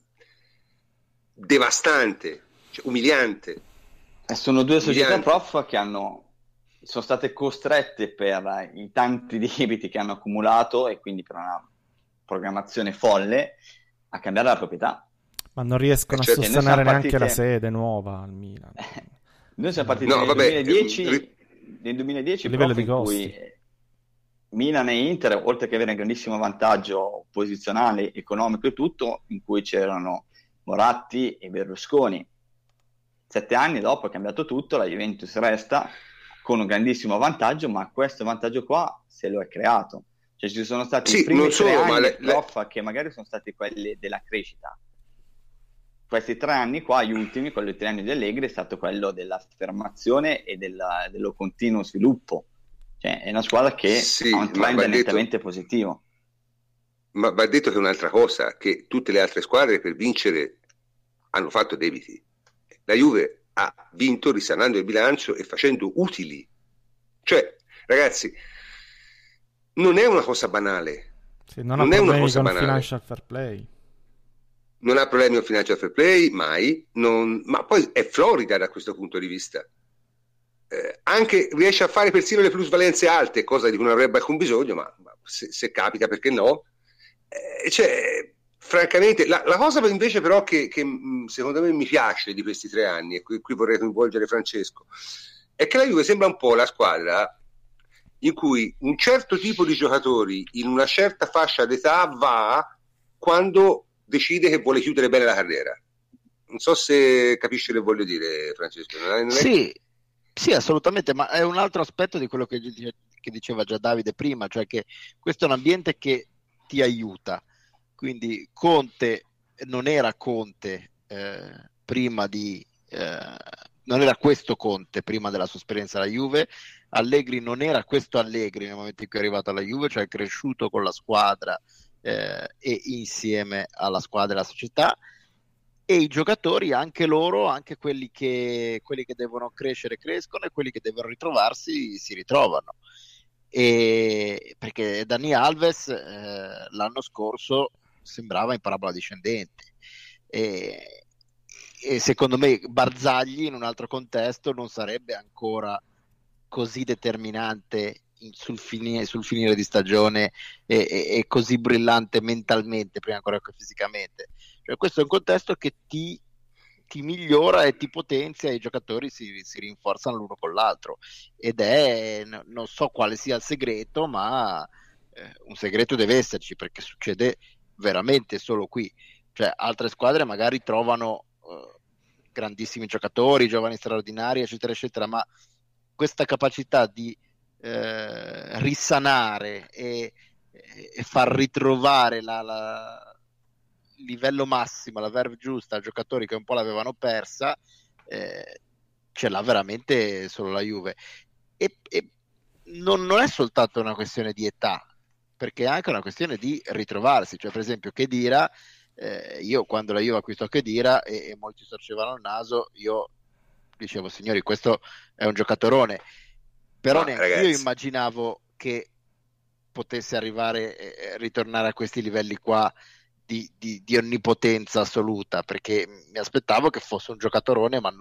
devastante, cioè umiliante.
Sono due società, prof, che sono state costrette per i tanti debiti che hanno accumulato e quindi per una programmazione folle a cambiare la proprietà.
Ma non riescono a sostenere neanche la sede nuova al Milan.
Noi siamo partiti nel 2010
livello di
in cui Milan e Inter, oltre che avere un grandissimo vantaggio posizionale, economico e tutto, in cui c'erano Moratti e Berlusconi. 7 anni dopo è cambiato tutto, la Juventus resta con un grandissimo vantaggio, ma questo vantaggio qua se lo è creato. Cioè ci sono stati i primi 3 anni che magari sono stati quelli della crescita. questi 3 anni qua, gli ultimi, quello dei 3 anni di Allegri, è stato quello dell'affermazione e dello continuo sviluppo. Cioè, è una squadra che
Sì,
ha un trend nettamente positivo.
Ma va detto che è un'altra cosa, che tutte le altre squadre per vincere hanno fatto debiti. La Juve ha vinto risanando il bilancio e facendo utili. Cioè, ragazzi, non è una cosa banale.
Sì, non ha
è una
problemi
cosa
con il
banale.
financial fair play.
Non ha problemi con il financial fair play, mai. Ma poi è Florida da questo punto di vista. Anche riesce a fare persino le plusvalenze alte, cosa di cui non avrebbe alcun bisogno, ma se capita, perché no? Cioè, francamente, la cosa invece però che secondo me mi piace di questi 3 anni, e qui vorrei coinvolgere Francesco, è che la Juve sembra un po' la squadra in cui un certo tipo di giocatori in una certa fascia d'età va quando decide che vuole chiudere bene la carriera. Non so se capisci che voglio dire, Francesco.
Sì, assolutamente, ma è un altro aspetto di quello che diceva già Davide prima, cioè che questo è un ambiente che ti aiuta. Quindi Conte non era Conte prima di non era questo Conte prima della sua esperienza alla Juve. Allegri non era questo Allegri nel momento in cui è arrivato alla Juve, cioè è cresciuto con la squadra e insieme alla squadra e alla società, e i giocatori, anche loro, anche quelli che devono crescere crescono, e quelli che devono ritrovarsi si ritrovano. E perché Dani Alves l'anno scorso sembrava in parabola discendente, e secondo me Barzagli in un altro contesto non sarebbe ancora così determinante sul finire di stagione e così brillante mentalmente prima ancora che fisicamente. Cioè, questo è un contesto che ti migliora e ti potenzia, e i giocatori si rinforzano l'uno con l'altro, ed non so quale sia il segreto, ma un segreto deve esserci, perché succede veramente solo qui. Cioè, altre squadre magari trovano grandissimi giocatori, giovani straordinari, eccetera eccetera, ma questa capacità di risanare e far ritrovare il livello massimo, la verve giusta a giocatori che un po' l'avevano persa, ce l'ha veramente solo la Juve. E non è soltanto una questione di età, perché è anche una questione di ritrovarsi. Cioè, per esempio, Khedira, io quando la Juve acquistò Khedira e molti storcevano il naso, io dicevo, signori, questo è un giocatorone, però neanche io immaginavo che potesse arrivare e ritornare a questi livelli qua di onnipotenza assoluta, perché mi aspettavo che fosse un giocatorone, ma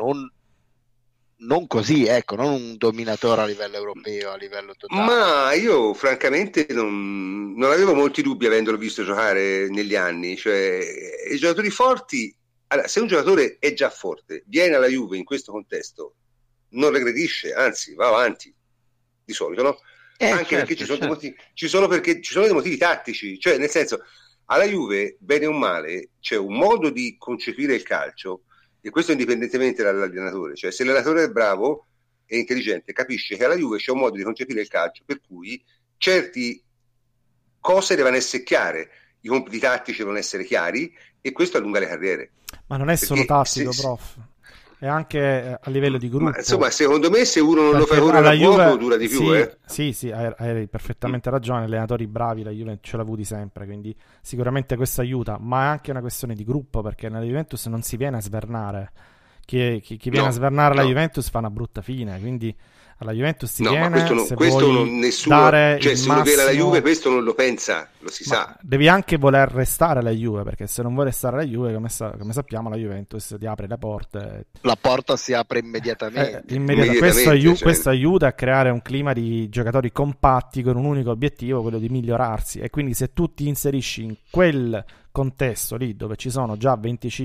non così, ecco, non un dominatore a livello europeo, a livello totale.
Ma io francamente non avevo molti dubbi avendolo visto giocare negli anni. Cioè, i giocatori forti, allora, se un giocatore è già forte, viene alla Juve in questo contesto, non regredisce, anzi va avanti, di solito, no? Anche
certo,
perché ci sono dei motivi tattici, cioè nel senso, alla Juve, bene o male, c'è un modo di concepire il calcio, e questo indipendentemente dall'allenatore. Cioè, se l'allenatore è bravo e intelligente, capisce che alla Juve c'è un modo di concepire il calcio per cui certe cose devono essere chiare, i compiti tattici devono essere chiari, e questo allunga le carriere.
Ma non è solo tattico, prof, è anche a livello di gruppo.
Ma insomma, secondo me, se uno non lo fa ora da poco, dura di più.
Sì, hai perfettamente ragione. Allenatori bravi la Juventus ce l'ha avuti sempre, quindi sicuramente questo aiuta, ma è anche una questione di gruppo, perché nella Juventus non si viene a svernare. Chi viene a svernare la Juventus fa una brutta fine, quindi alla Juventus si viene,
ma questo nessuno,
dare
cioè, se uno viene alla Juve questo non lo pensa, lo si sa.
Devi anche voler restare alla Juve, perché se non vuoi restare alla Juve, come sappiamo, la Juventus ti apre le porte.
La porta si apre immediatamente.
Questo aiuta a creare un clima di giocatori compatti con un unico obiettivo, quello di migliorarsi, e quindi se tu ti inserisci in quel contesto lì dove ci sono già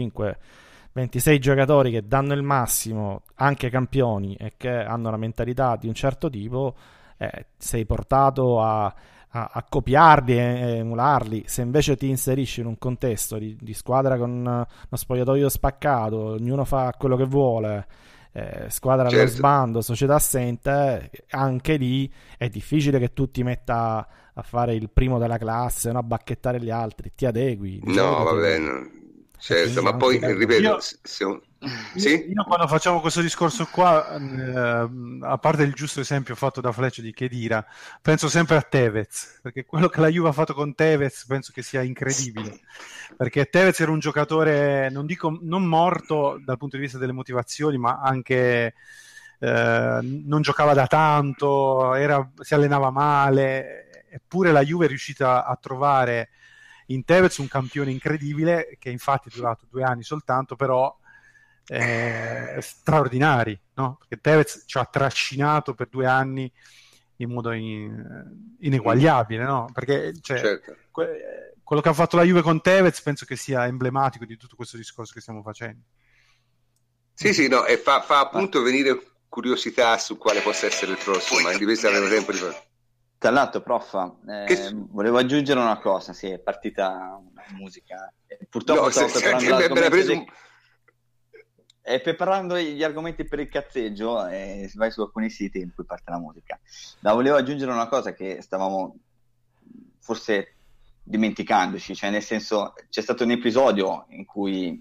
26 giocatori che danno il massimo, anche campioni, e che hanno una mentalità di un certo tipo, sei portato a copiarli e emularli. Se invece ti inserisci in un contesto di squadra con uno spogliatoio spaccato, ognuno fa quello che vuole, squadra allo sbando, società assente, anche lì è difficile che tu ti metta a fare il primo della classe, no? A bacchettare gli altri, ti adegui.
No, va bene. certo, ma poi ripeto,
io quando facciamo questo discorso qua, a parte il giusto esempio fatto da Fletch di Khedira, penso sempre a Tevez, perché quello che la Juve ha fatto con Tevez penso che sia incredibile, perché Tevez era un giocatore, non dico non morto dal punto di vista delle motivazioni, ma anche non giocava da tanto, si allenava male, eppure la Juve è riuscita a trovare in Tevez un campione incredibile, che infatti è durato 2 anni soltanto, però straordinari, no? Perché Tevez ci ha trascinato per 2 anni in modo ineguagliabile, no? Perché
certo.
Quello che ha fatto la Juve con Tevez penso che sia emblematico di tutto questo discorso che stiamo facendo.
Sì, no, e fa appunto venire curiosità su quale possa essere il prossimo, ma in difesa avremo tempo di fare.
Tra l'altro, prof, volevo aggiungere una cosa, sì, è partita una musica. Purtroppo stavo preparando preparando gli argomenti per il cazzeggio e vai su alcuni siti in cui parte la musica. Ma volevo aggiungere una cosa che stavamo forse dimenticandoci, cioè nel senso c'è stato un episodio in cui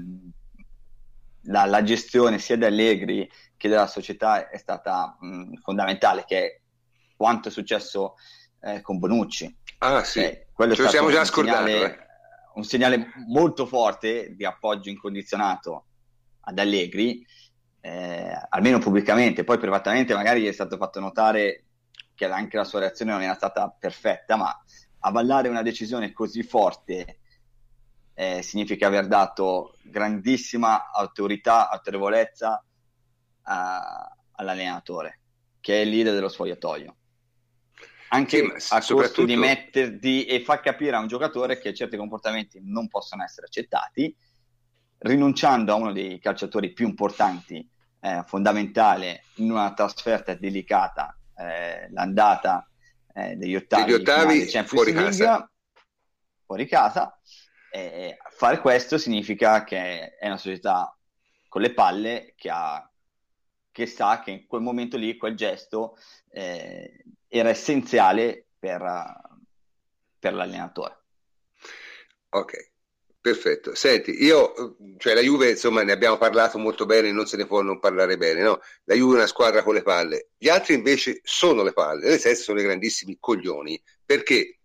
la gestione sia di Allegri che della società è stata fondamentale, che è quanto è successo con Bonucci.
Ah sì,
quello
ce lo siamo già
scordato. Un segnale molto forte di appoggio incondizionato ad Allegri, almeno pubblicamente. Poi privatamente magari è stato fatto notare che anche la sua reazione non era stata perfetta, ma avallare una decisione così forte significa aver dato grandissima autorevolezza all'allenatore, che è il leader dello spogliatoio, anche a costo di metterti e far capire a un giocatore che certi comportamenti non possono essere accettati, rinunciando a uno dei calciatori più importanti, fondamentale in una trasferta delicata, l'andata degli ottavi fuori casa. Fare questo significa che è una società con le palle che sa che in quel momento lì quel gesto era essenziale per l'allenatore.
Ok, perfetto. Senti, la Juve, insomma, ne abbiamo parlato molto bene, non se ne può non parlare bene, no? La Juve è una squadra con le palle, gli altri invece sono le palle, nel senso sono dei grandissimi coglioni, perché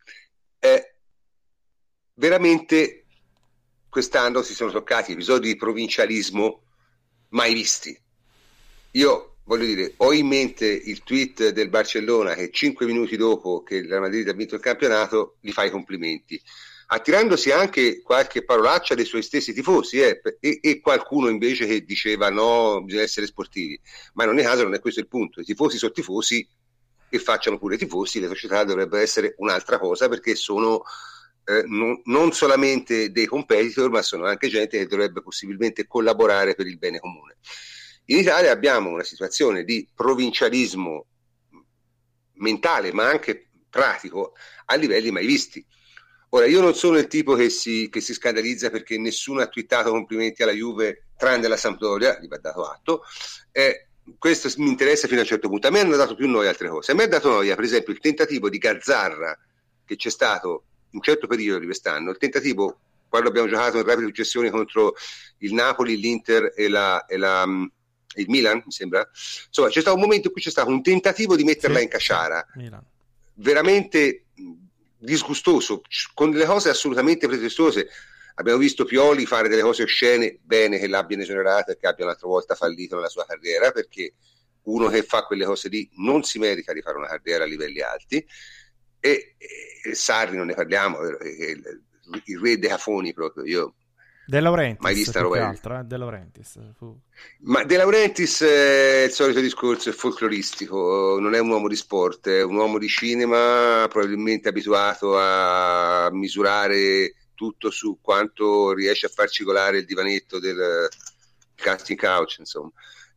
veramente quest'anno si sono toccati episodi di provincialismo mai visti. Io voglio dire, ho in mente il tweet del Barcellona che 5 minuti dopo che la Madrid ha vinto il campionato gli fa i complimenti, attirandosi anche qualche parolaccia dei suoi stessi tifosi e qualcuno invece che diceva no, bisogna essere sportivi, ma in ogni caso non è questo il punto. I tifosi sono tifosi e facciano pure i tifosi, le società dovrebbero essere un'altra cosa, perché sono non solamente dei competitor, ma sono anche gente che dovrebbe possibilmente collaborare per il bene comune. In Italia abbiamo una situazione di provincialismo mentale, ma anche pratico, a livelli mai visti. Ora, io non sono il tipo che si scandalizza perché nessuno ha twittato complimenti alla Juve, tranne la Sampdoria, gli va dato atto. Questo mi interessa fino a un certo punto. A me hanno dato più noia altre cose. A me ha dato noia, per esempio, il tentativo di Gazzarra che c'è stato in un certo periodo di quest'anno, il tentativo quando abbiamo giocato in rapida successione contro il Napoli, l'Inter e il Milan, mi sembra. Insomma, c'è stato un momento in cui c'è stato un tentativo di metterla in casciara, veramente disgustoso, con delle cose assolutamente pretestuose. Abbiamo visto Pioli fare delle cose oscene, bene che l'abbiano esonerato e che abbia un'altra volta fallito nella sua carriera, perché uno che fa quelle cose lì non si merita di fare una carriera a livelli alti. E Sarri non ne parliamo, il re dei cafoni proprio. Io
De Laurentiis,
mai vista roba
altro, De Laurentiis.
Ma De Laurentiis è il solito discorso, è folcloristico, non è un uomo di sport, è un uomo di cinema, probabilmente abituato a misurare tutto su quanto riesce a far cigolare il divanetto del casting couch, insomma.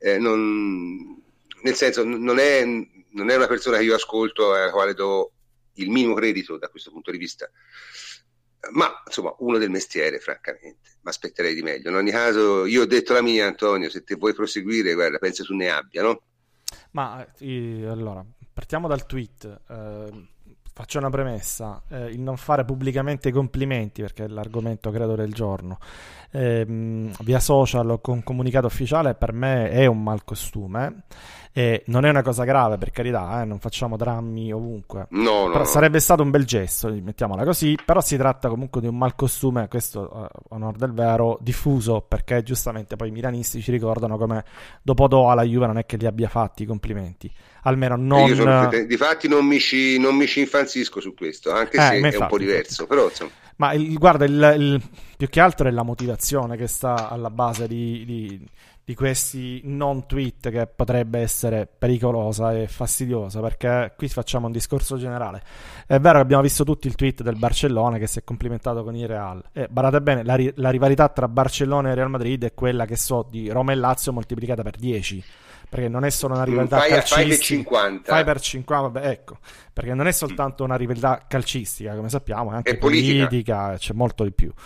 Nel senso, non è una persona che io ascolto alla quale do il minimo credito da questo punto di vista, ma insomma uno del mestiere, francamente, ma aspetterei di meglio. In ogni caso io ho detto la mia, Antonio, se te vuoi proseguire, guarda, penso tu ne abbia, no?
Ma allora partiamo dal tweet. faccio una premessa, il non fare pubblicamente i complimenti, perché è l'argomento credo del giorno, via social o con comunicato ufficiale, per me è un malcostume. Non è una cosa grave, per carità, non facciamo drammi ovunque. Però sarebbe stato un bel gesto, mettiamola così. Però si tratta comunque di un malcostume, questo onor del vero, diffuso, perché giustamente poi i milanisti ci ricordano come dopo Doha la Juve non è che li abbia fatti i complimenti, almeno non...
Difatti non mi ci infanzisco su questo, anche se è un po' diverso, però insomma...
Ma guarda, il più che altro è la motivazione che sta alla base di questi non tweet, che potrebbe essere pericolosa e fastidiosa, perché qui facciamo un discorso generale. È vero che abbiamo visto tutti il tweet del Barcellona che si è complimentato con il Real, e badate bene, la rivalità tra Barcellona e Real Madrid è quella che so di Roma e Lazio moltiplicata per 10, perché non è solo una rivalità calcistica,
fai per 50.
Fai per 50, vabbè, ecco, perché non è soltanto una rivalità calcistica, come sappiamo, è anche politica, c'è molto di più.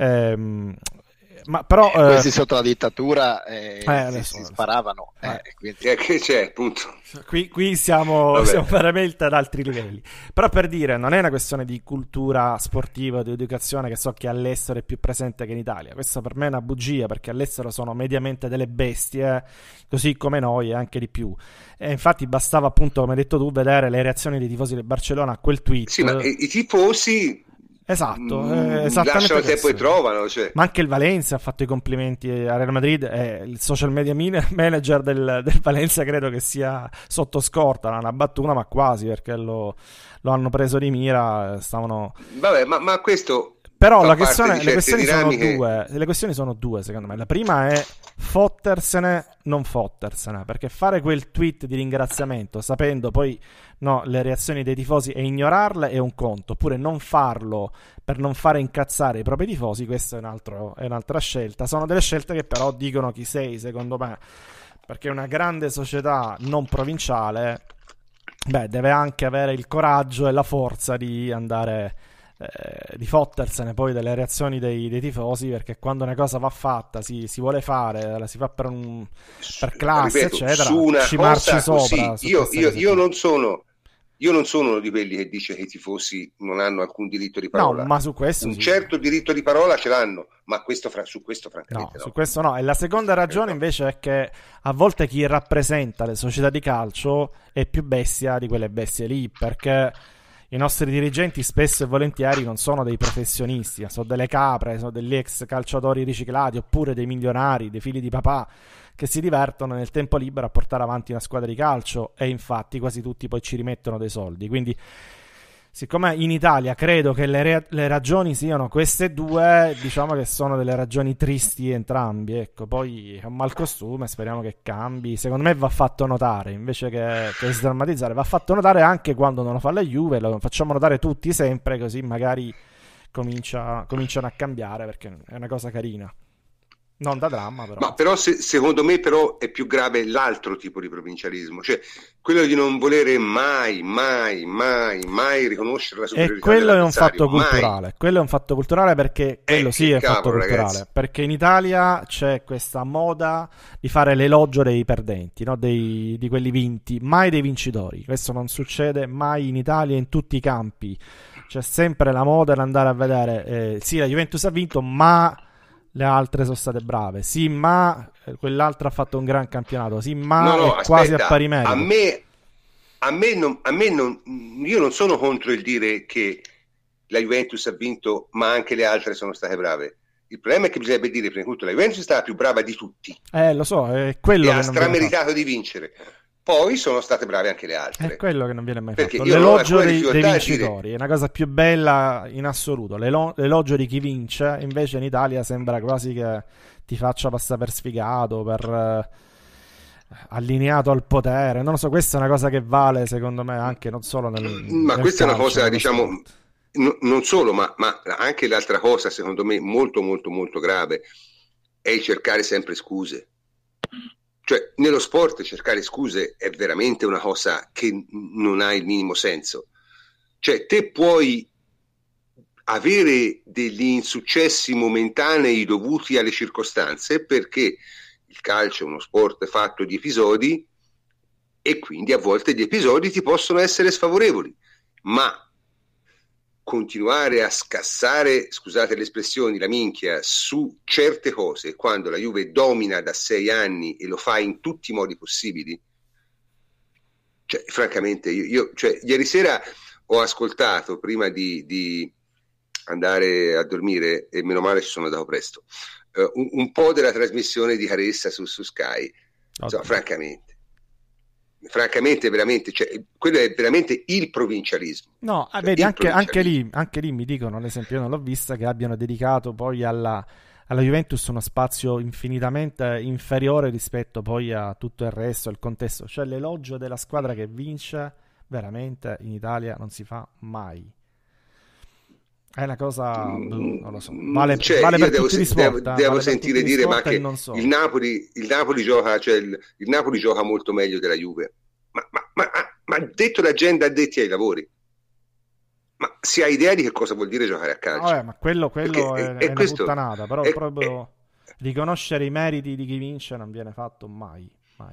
Ma però
questi sotto la dittatura si sparavano,
che c'è, appunto.
Qui siamo veramente ad altri livelli. Però, per dire, non è una questione di cultura sportiva, di educazione, che so che all'estero è più presente che in Italia. Questa per me è una bugia, perché all'estero sono mediamente delle bestie, così come noi e anche di più. E infatti bastava, appunto, come hai detto tu, vedere le reazioni dei tifosi del Barcellona a quel tweet.
Sì, ma i tifosi...
Esatto,
lasciano tempo e trovano, cioè.
Ma anche il Valencia ha fatto i complimenti a Real Madrid, e il social media manager del Valencia credo che sia sotto scorta, non ha battuta ma quasi, perché lo hanno preso di mira, stavano...
Vabbè, ma questo...
Però le questioni sono due, secondo me. La prima è fottersene, non fottersene, perché fare quel tweet di ringraziamento sapendo poi le reazioni dei tifosi e ignorarle è un conto, oppure non farlo per non fare incazzare i propri tifosi, questa è un'altra scelta. Sono delle scelte che però dicono chi sei, secondo me, perché una grande società non provinciale deve anche avere il coraggio e la forza di andare... di fottersene poi delle reazioni dei tifosi, perché quando una cosa va fatta, si vuole fare, la si fa per classe, ripeto, eccetera, ci marci sopra.
Io non sono uno di quelli che dice che i tifosi non hanno alcun diritto di parola.
No, ma su questo
certo diritto di parola ce l'hanno, ma su questo francamente no.
Su questo no. E la seconda ragione invece è che a volte chi rappresenta le società di calcio è più bestia di quelle bestie lì, perché i nostri dirigenti spesso e volentieri non sono dei professionisti, sono delle capre, sono degli ex calciatori riciclati, oppure dei milionari, dei figli di papà che si divertono nel tempo libero a portare avanti una squadra di calcio, e infatti quasi tutti poi ci rimettono dei soldi. Quindi, siccome in Italia credo che le ragioni siano queste due, diciamo che sono delle ragioni tristi entrambi, ecco. Poi è un malcostume, speriamo che cambi. Secondo me va fatto notare, invece che sdrammatizzare, va fatto notare anche quando non lo fa la Juve, lo facciamo notare tutti sempre, così magari cominciano a cambiare, perché è una cosa carina. Non da dramma, però.
Ma però secondo me però è più grave l'altro tipo di provincialismo, cioè quello di non volere mai riconoscere la superiorità.
E quello è un fatto culturale. Quello è un fatto culturale, perché quello sì è un fatto culturale. Ragazzi. Perché in Italia c'è questa moda di fare l'elogio dei perdenti, no? Di quelli vinti, mai dei vincitori. Questo non succede mai in Italia, in tutti i campi. C'è sempre la moda di andare a vedere, sì, la Juventus ha vinto, ma le altre sono state brave, sì, ma quell'altro ha fatto un gran campionato, sì, ma è quasi a pari merito.
Io non sono contro il dire che la Juventus ha vinto, ma anche le altre sono state brave. Il problema è che bisognerebbe dire prima di tutto la Juventus è stata più brava di tutti.
Lo so, è quello
e
che
ha strameritato di vincere. Poi sono state brave anche le altre.
È quello che non viene mai
perché
fatto. L'elogio dei vincitori è una cosa più bella in assoluto. L'elogio di chi vince, invece, in Italia sembra quasi che ti faccia passare per sfigato, per allineato al potere. Non lo so, questa è una cosa che vale, secondo me, anche non solo
ma questa
calcio,
è una cosa, diciamo, non solo, ma anche l'altra cosa, secondo me, molto, molto, molto grave, è il cercare sempre scuse. Cioè, nello sport cercare scuse è veramente una cosa che non ha il minimo senso. Cioè, te puoi avere degli insuccessi momentanei dovuti alle circostanze, perché il calcio è uno sport fatto di episodi, e quindi a volte gli episodi ti possono essere sfavorevoli, ma continuare a scassare, scusate le espressioni, la minchia su certe cose quando la Juve domina da 6 anni e lo fa in tutti i modi possibili. Cioè, francamente, io cioè, ieri sera ho ascoltato prima di andare a dormire, e meno male ci sono andato presto, un po' della trasmissione di Caressa su Sky. Insomma, francamente veramente, cioè, quello è veramente il provincialismo.
No,
Cioè,
vedi,
il
anche lì mi dicono, ad esempio, io non l'ho vista, che abbiano dedicato poi alla Juventus uno spazio infinitamente inferiore rispetto poi a tutto il resto, il contesto. Cioè l'elogio della squadra che vince veramente in Italia non si fa mai. È una cosa, non lo so, vale per tutti gli sport,
devo sentire dire, ma che
non so.
il Napoli gioca, cioè il Napoli gioca molto meglio della Juve. Ma detto da gente addetti ai lavori, ma si ha idea di che cosa vuol dire giocare a calcio?
Vabbè, ma quello è una
questo,
puttanata, però proprio riconoscere i meriti di chi vince non viene fatto mai.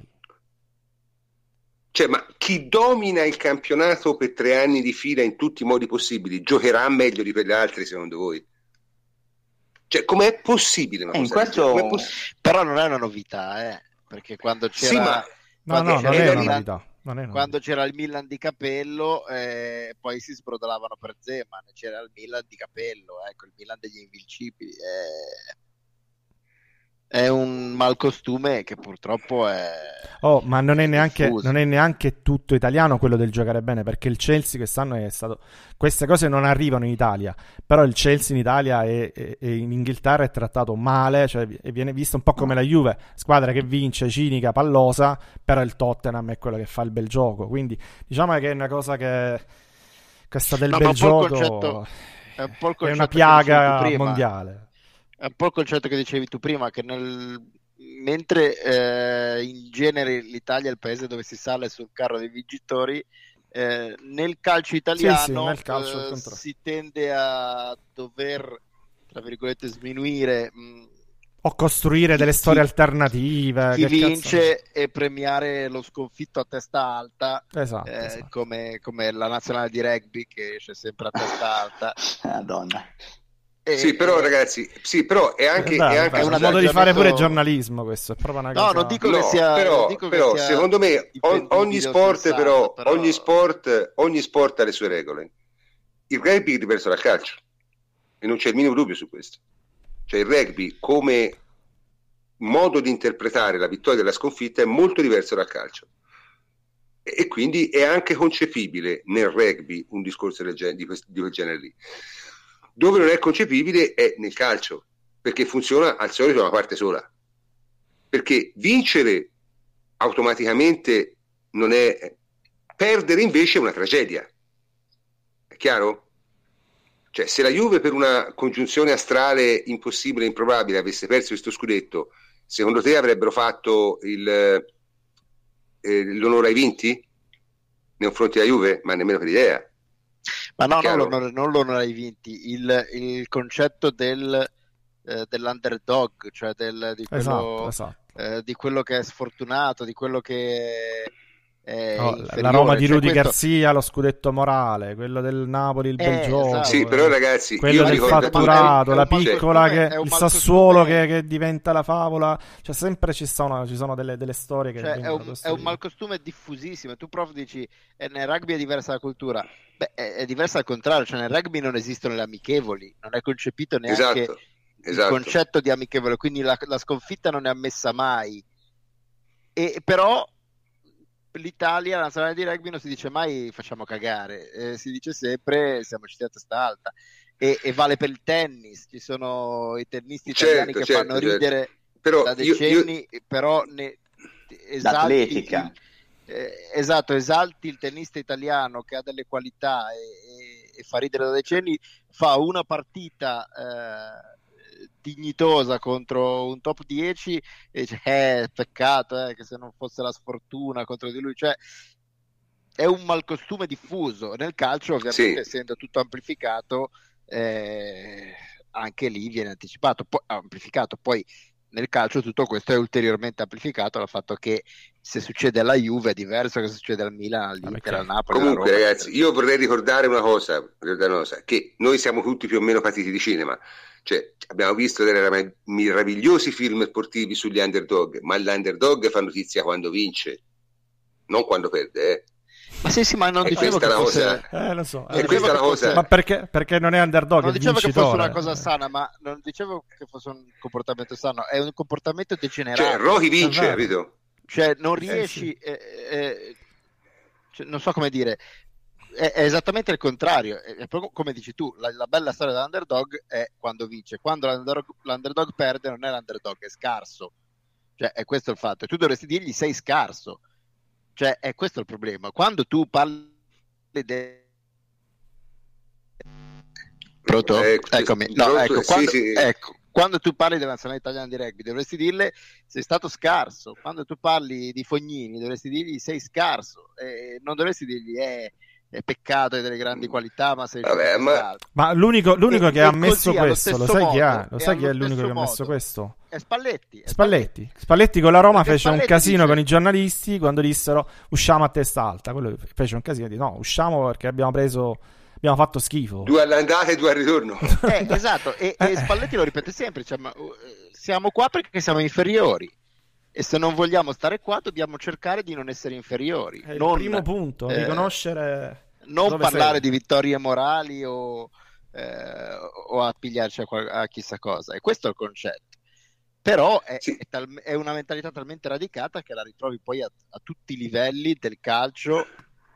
Cioè, ma chi domina il campionato per 3 anni di fila in tutti i modi possibili giocherà meglio di quegli altri, secondo voi? Cioè, com'è possibile una cosa
questo...
Però non è una novità, perché quando c'era...
Sì, ma...
non è una novità.
Quando c'era il Milan di Capello, poi si sbrodolavano per Zeman, c'era il Milan di Capello, ecco, il Milan degli invincibili. È un malcostume che purtroppo è...
ma non è neanche tutto italiano quello del giocare bene, perché il Chelsea quest'anno è stato... Queste cose non arrivano in Italia, però il Chelsea in Italia e in Inghilterra è trattato male, cioè viene visto un po' come la Juve, squadra che vince, cinica, pallosa, però il Tottenham è quello che fa il bel gioco, quindi diciamo che è una cosa che questa del bel gioco è una piaga mondiale.
È un po' il concetto che dicevi tu prima, che mentre in genere l'Italia è il paese dove si sale sul carro dei vincitori, nel calcio italiano
nel calcio
si tende a dover, tra virgolette, sminuire
o costruire delle storie alternative.
Chi vince e premiare lo sconfitto a testa alta,
esatto.
Come la nazionale di rugby che esce sempre a testa alta.
Madonna.
Sì, però ragazzi, però è anche
un modo di fare pure giornalismo, questo è proprio una cosa...
No, non dico che sia...
Però secondo me ogni sport ha le sue regole. Il rugby è diverso dal calcio e non c'è il minimo dubbio su questo. Cioè il rugby come modo di interpretare la vittoria della sconfitta è molto diverso dal calcio. E quindi è anche concepibile nel rugby un discorso di quel genere lì. Dove non è concepibile è nel calcio, perché funziona al solito una parte sola. Perché vincere automaticamente non è... Perdere invece è una tragedia. È chiaro? Cioè, se la Juve per una congiunzione astrale impossibile e improbabile avesse perso questo scudetto, secondo te avrebbero fatto l'onore ai vinti nei confronti della Juve? Ma nemmeno per idea.
Ma no, non l'onore ai vinti, il concetto dell'underdog, cioè di quello,
esatto.
Di quello che è sfortunato, di quello che è
la Roma di Rudy Garcia, lo scudetto morale, quello del Napoli, il bel gioco.
Esatto.
Sì, però ragazzi,
quello del fatturato, la piccola il Sassuolo che diventa la favola, cioè sempre ci sono delle storie che
è un malcostume diffusissimo, e tu prof dici nel rugby è diversa la cultura. Beh, è diversa al contrario, cioè nel rugby non esistono le amichevoli, non è concepito neanche il concetto di amichevole, quindi la sconfitta non è ammessa mai. E però l'Italia, la nazionale di rugby, non si dice mai facciamo cagare, si dice sempre siamo usciti a testa alta. E vale per il tennis, ci sono i tennisti italiani che fanno ridere da decenni, però
l'atletica.
Esalti il tennista italiano che ha delle qualità e fa ridere da decenni, fa una partita dignitosa contro un top 10 e dice peccato che se non fosse la sfortuna contro di lui, cioè è un malcostume diffuso. Nel calcio ovviamente essendo tutto amplificato, anche lì viene amplificato, poi nel calcio tutto questo è ulteriormente amplificato dal fatto che se succede alla Juve è diverso che se succede al Milan, all'Inter, al Napoli,
comunque
alla Roma.
ragazzi, io vorrei ricordare una cosa, che noi siamo tutti più o meno patiti di cinema, cioè abbiamo visto dei meravigliosi film sportivi sugli underdog, ma l'underdog fa notizia quando vince, non quando perde,
Ma sì, ma non dicevo che fosse...
lo so.
E questa è la cosa.
Ma perché non è underdog,
non
è
dicevo che
vincitore.
fosse una cosa sana, ma non dicevo che fosse un comportamento sano, è un comportamento degenerato.
Cioè, Rocky vince, capito?
Cioè, non riesci... cioè, non so come dire... È esattamente il contrario. È proprio come dici tu, la bella storia dell'underdog è quando vince. Quando l'underdog perde non è l'underdog, è scarso. Cioè, è questo il fatto. E tu dovresti dirgli sei scarso. Cioè, è questo il problema. Quando tu parli Pronto? Eccomi. No, ecco, quando tu parli della nazionale italiana di rugby dovresti dirle sei stato scarso. Quando tu parli di Fognini dovresti dirgli sei scarso. Non dovresti dirgli è peccato, hai delle grandi qualità, ma sei
ma l'unico che ha messo questo, lo sai chi è? Lo sai chi è l'unico che ha messo questo?
È Spalletti.
Spalletti con la Roma
Perché
fece un
Spalletti
casino con i giornalisti quando dissero usciamo a testa alta. Quello fece un casino di no, usciamo perché abbiamo fatto schifo.
2 all'andata e 2 al ritorno.
Esatto, e Spalletti lo ripete sempre, cioè, siamo qua perché siamo inferiori. E se non vogliamo stare qua dobbiamo cercare di non essere inferiori.
È il primo punto, riconoscere.
Non parlare di vittorie morali o a pigliarci a chissà cosa. E questo è il concetto. Però è una mentalità talmente radicata che la ritrovi poi a tutti i livelli del calcio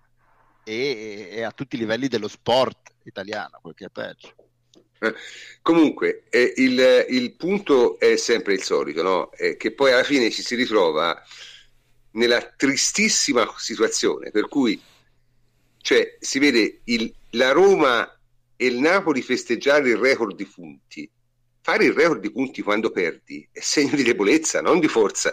e a tutti i livelli dello sport italiano, quel che è peggio.
Comunque il punto è sempre il solito, no? Che poi alla fine ci si ritrova nella tristissima situazione per cui cioè si vede la Roma e il Napoli festeggiare il record di punti. Fare il record di punti quando perdi è segno di debolezza, non di forza.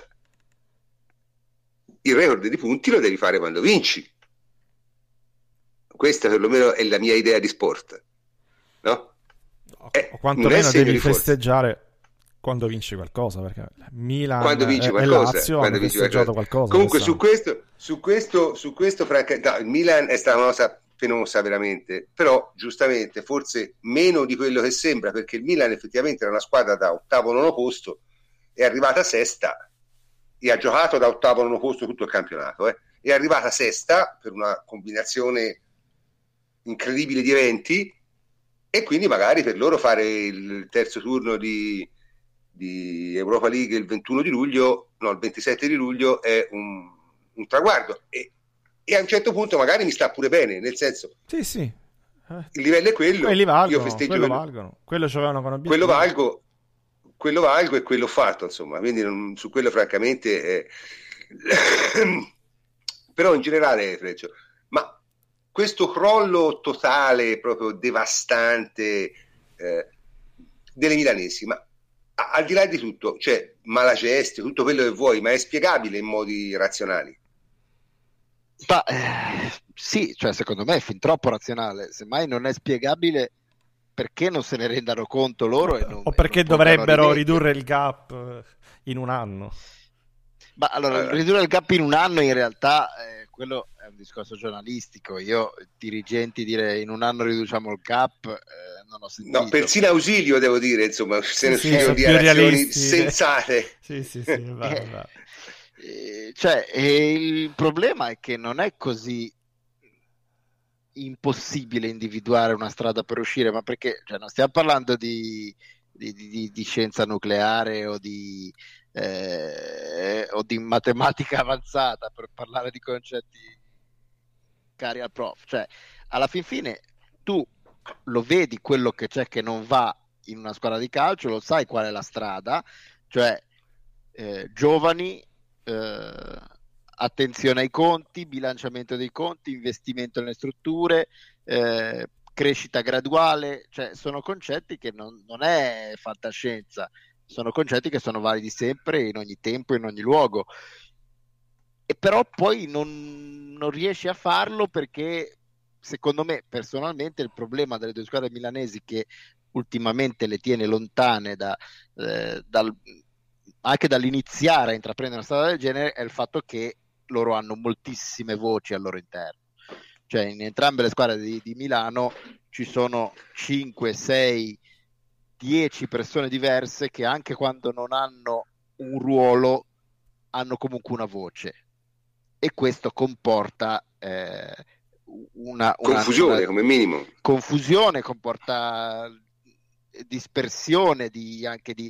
Il record di punti lo devi fare quando vinci. Questa perlomeno è la mia idea di sport, no?
O quantomeno devi festeggiare quando vinci qualcosa, perché Milan
quando vinci
qualcosa, e Lazio hanno festeggiato qualcosa.
Comunque su questo francamente il Milan è stata una cosa penosa veramente, però giustamente forse meno di quello che sembra, perché il Milan effettivamente era una squadra da ottavo nono posto, è arrivata sesta e ha giocato da ottavo nono posto tutto il campionato, è arrivata sesta per una combinazione incredibile di eventi, e quindi magari per loro fare il terzo turno di Europa League il 21 di luglio, no, il 27 di luglio è un traguardo, e a un certo punto magari mi sta pure bene, nel senso
sì.
Il livello è quello,
valgono,
io festeggio
quello valgono, quello c'avevano con obiettivi.
quello valgo e quello ho fatto, insomma, quindi su quello francamente però in generale Freccio, ma questo crollo totale proprio devastante delle milanesi, ma al di là di tutto, cioè malagesti, tutto quello che vuoi, ma è spiegabile in modi razionali?
Sì, cioè secondo me è fin troppo razionale, semmai non è spiegabile perché non se ne rendano conto loro
o perché dovrebbero ridurre il gap in un anno.
Ma allora, ridurre il gap in un anno in realtà quello è un discorso giornalistico. Io dirigenti dire in un anno riduciamo il gap non ho sentito.
No, persino Ausilio devo dire, insomma, se ne uscivano di azioni sensate.
Sì, va.
Cioè, il problema è che non è così impossibile individuare una strada per uscire, ma perché cioè, non stiamo parlando di scienza nucleare o di matematica avanzata per parlare di concetti cari al prof. Cioè, alla fin fine tu lo vedi quello che c'è che non va in una squadra di calcio, lo sai qual è la strada, cioè giovani, attenzione ai conti, bilanciamento dei conti, investimento nelle strutture, crescita graduale, cioè sono concetti che non è fantascienza, sono concetti che sono validi sempre, in ogni tempo, in ogni luogo, e però poi non riesci a farlo perché secondo me personalmente il problema delle due squadre milanesi che ultimamente le tiene lontane anche dall'iniziare a intraprendere una strada del genere è il fatto che loro hanno moltissime voci al loro interno. Cioè in entrambe le squadre di Milano ci sono 5, 6, 10 persone diverse che anche quando non hanno un ruolo hanno comunque una voce, e questo comporta una
confusione, come minimo.
Confusione, comporta dispersione anche di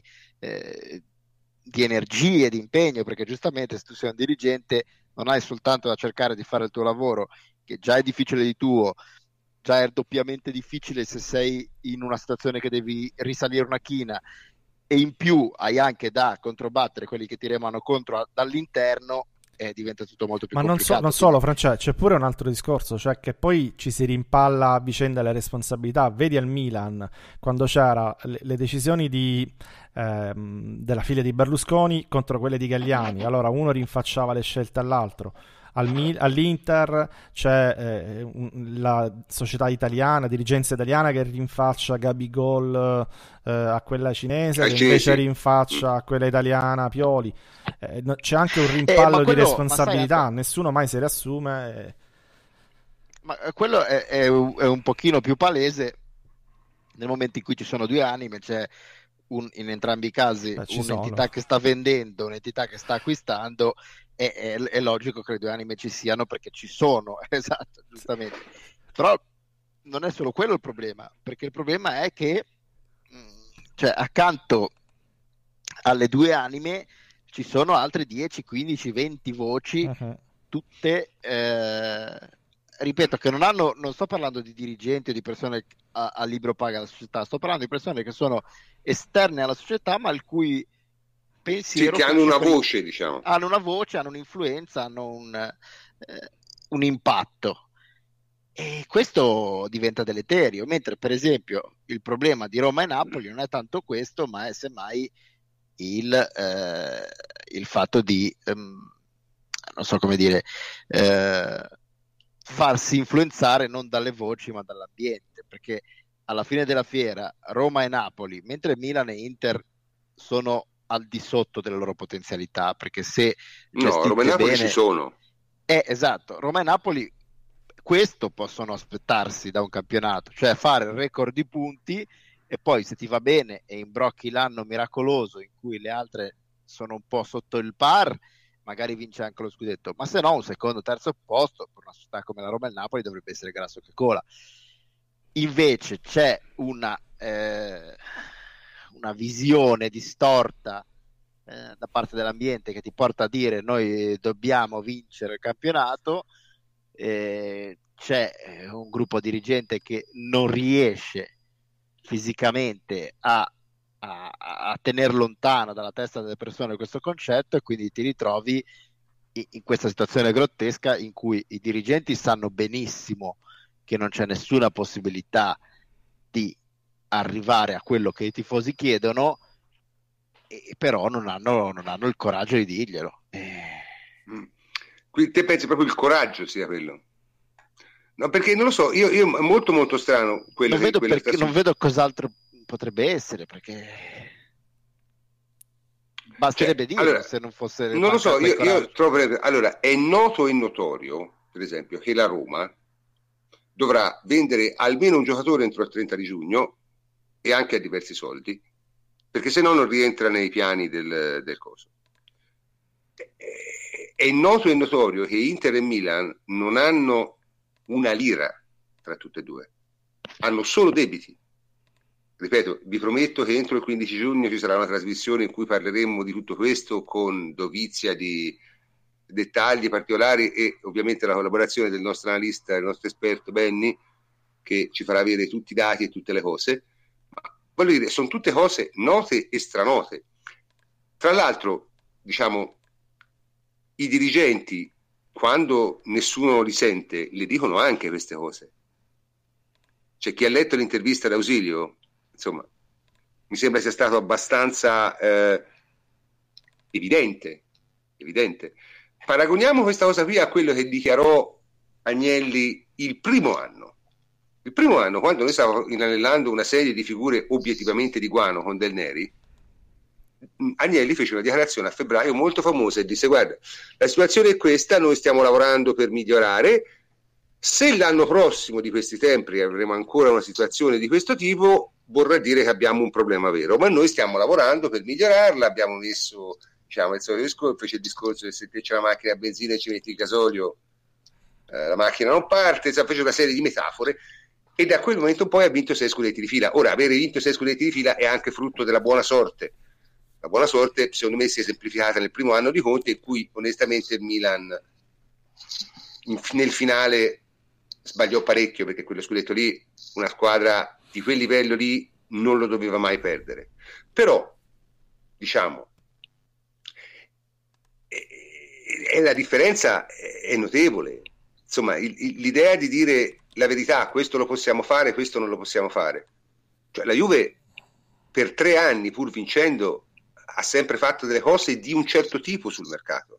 energie, di impegno, perché giustamente se tu sei un dirigente non hai soltanto da cercare di fare il tuo lavoro, che già è difficile di tuo, già è doppiamente difficile se sei in una situazione che devi risalire una china, e in più hai anche da controbattere quelli che ti remano contro dall'interno, diventa tutto molto più complicato.
Ma non solo, Francesco, c'è pure un altro discorso, cioè che poi ci si rimpalla a vicenda le responsabilità. Vedi al Milan, quando c'era le decisioni della figlia di Berlusconi contro quelle di Galliani, allora uno rinfacciava le scelte all'altro. All'Inter c'è la società italiana, dirigenza italiana che rinfaccia Gabigol a quella cinese, che invece rinfaccia a quella italiana Pioli. C'è anche un rimpallo di responsabilità, nessuno mai se le assume.
Ma quello è un pochino più palese nel momento in cui ci sono due anime, c'è in entrambi i casi un'entità che sta vendendo, un'entità che sta acquistando. È logico che le due anime ci siano, perché ci sono, esatto, giustamente. Però non è solo quello il problema, perché il problema è che cioè, accanto alle due anime ci sono altre 10, 15, 20 voci, tutte ripeto, che non sto parlando di dirigenti o di persone a libro paga della società, sto parlando di persone che sono esterne alla società, ma il cui pensiero,
che hanno una voce, diciamo.
Hanno una voce, hanno un'influenza, hanno un impatto, e questo diventa deleterio. Mentre per esempio il problema di Roma e Napoli non è tanto questo, ma è semmai il fatto di non so come dire, farsi influenzare non dalle voci ma dall'ambiente, perché alla fine della fiera Roma e Napoli, mentre Milan e Inter sono al di sotto delle loro potenzialità, perché se
Roma e Napoli ci sono,
esatto, Roma e Napoli questo possono aspettarsi da un campionato, cioè fare il record di punti, e poi se ti va bene e imbrocchi l'anno miracoloso in cui le altre sono un po' sotto il par, magari vince anche lo scudetto, ma se no un secondo, terzo posto per una società come la Roma e il Napoli dovrebbe essere grasso che cola. Invece c'è una visione distorta da parte dell'ambiente che ti porta a dire noi dobbiamo vincere il campionato, c'è un gruppo dirigente che non riesce fisicamente a tenere lontano dalla testa delle persone questo concetto, e quindi ti ritrovi in questa situazione grottesca in cui i dirigenti sanno benissimo che non c'è nessuna possibilità di arrivare a quello che i tifosi chiedono, e però non hanno il coraggio di dirglielo.
Quindi te pensi proprio il coraggio sia quello? No, perché non lo so, io è molto molto strano quello
non vedo cos'altro potrebbe essere, perché basterebbe dirlo, allora, se non fosse
non lo so, io trovo, allora è noto e notorio per esempio che la Roma dovrà vendere almeno un giocatore entro il 30 di giugno e anche a diversi soldi, perché se no non rientra nei piani del coso. È noto e notorio che Inter e Milan non hanno una lira tra tutte e due, hanno solo debiti. Ripeto, vi prometto che entro il 15 giugno ci sarà una trasmissione in cui parleremo di tutto questo con dovizia di dettagli particolari e ovviamente la collaborazione del nostro analista, del nostro esperto Benny, che ci farà avere tutti i dati e tutte le cose. Ma voglio dire, sono tutte cose note e stranote. Tra l'altro, diciamo, i dirigenti, quando nessuno li sente, le dicono anche queste cose. Cioè, chi ha letto l'intervista d'Ausilio, insomma, mi sembra sia stato abbastanza evidente. Paragoniamo questa cosa qui a quello che dichiarò Agnelli il primo anno. Il primo anno, quando noi stavamo inanellando una serie di figure obiettivamente di guano con Del Neri, Agnelli fece una dichiarazione a febbraio molto famosa e disse: guarda, la situazione è questa, noi stiamo lavorando per migliorare, se l'anno prossimo di questi tempi avremo ancora una situazione di questo tipo vorrà dire che abbiamo un problema vero, ma noi stiamo lavorando per migliorarla, abbiamo messo, diciamo, fece il discorso che se c'è la macchina a benzina e ci metti il gasolio la macchina non parte, fece una serie di metafore, e da quel momento in poi ha vinto 6 scudetti di fila. Ora, avere vinto 6 scudetti di fila è anche frutto della buona sorte. La buona sorte, secondo me, si è esemplificata nel primo anno di Conte, in cui onestamente il Milan nel finale sbagliò parecchio, perché quello scudetto lì, una squadra di quel livello lì non lo doveva mai perdere. Però, diciamo, la differenza è notevole. Insomma, l'idea di dire la verità, questo lo possiamo fare, questo non lo possiamo fare. Cioè, la Juve per 3 anni, pur vincendo, ha sempre fatto delle cose di un certo tipo sul mercato.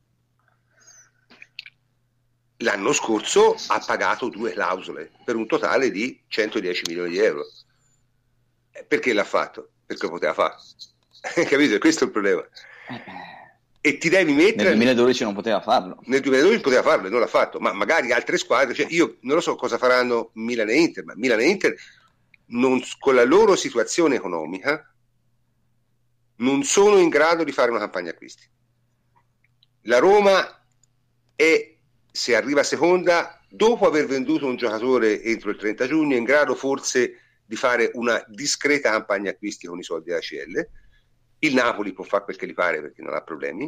L'anno scorso ha pagato 2 clausole per un totale di 110 milioni di euro. Perché l'ha fatto? Perché lo poteva fare. Capito? Questo è il problema. E ti devi mettere...
Nel 2012 non poteva farlo.
Nel 2012 poteva farlo e non l'ha fatto, ma magari altre squadre, cioè io non lo so cosa faranno Milan e Inter, ma Milan e Inter con la loro situazione economica non sono in grado di fare una campagna acquisti. La Roma è, se arriva seconda, dopo aver venduto un giocatore entro il 30 giugno, è in grado forse di fare una discreta campagna acquisti con i soldi della CL. Il Napoli può fare quel che gli pare perché non ha problemi.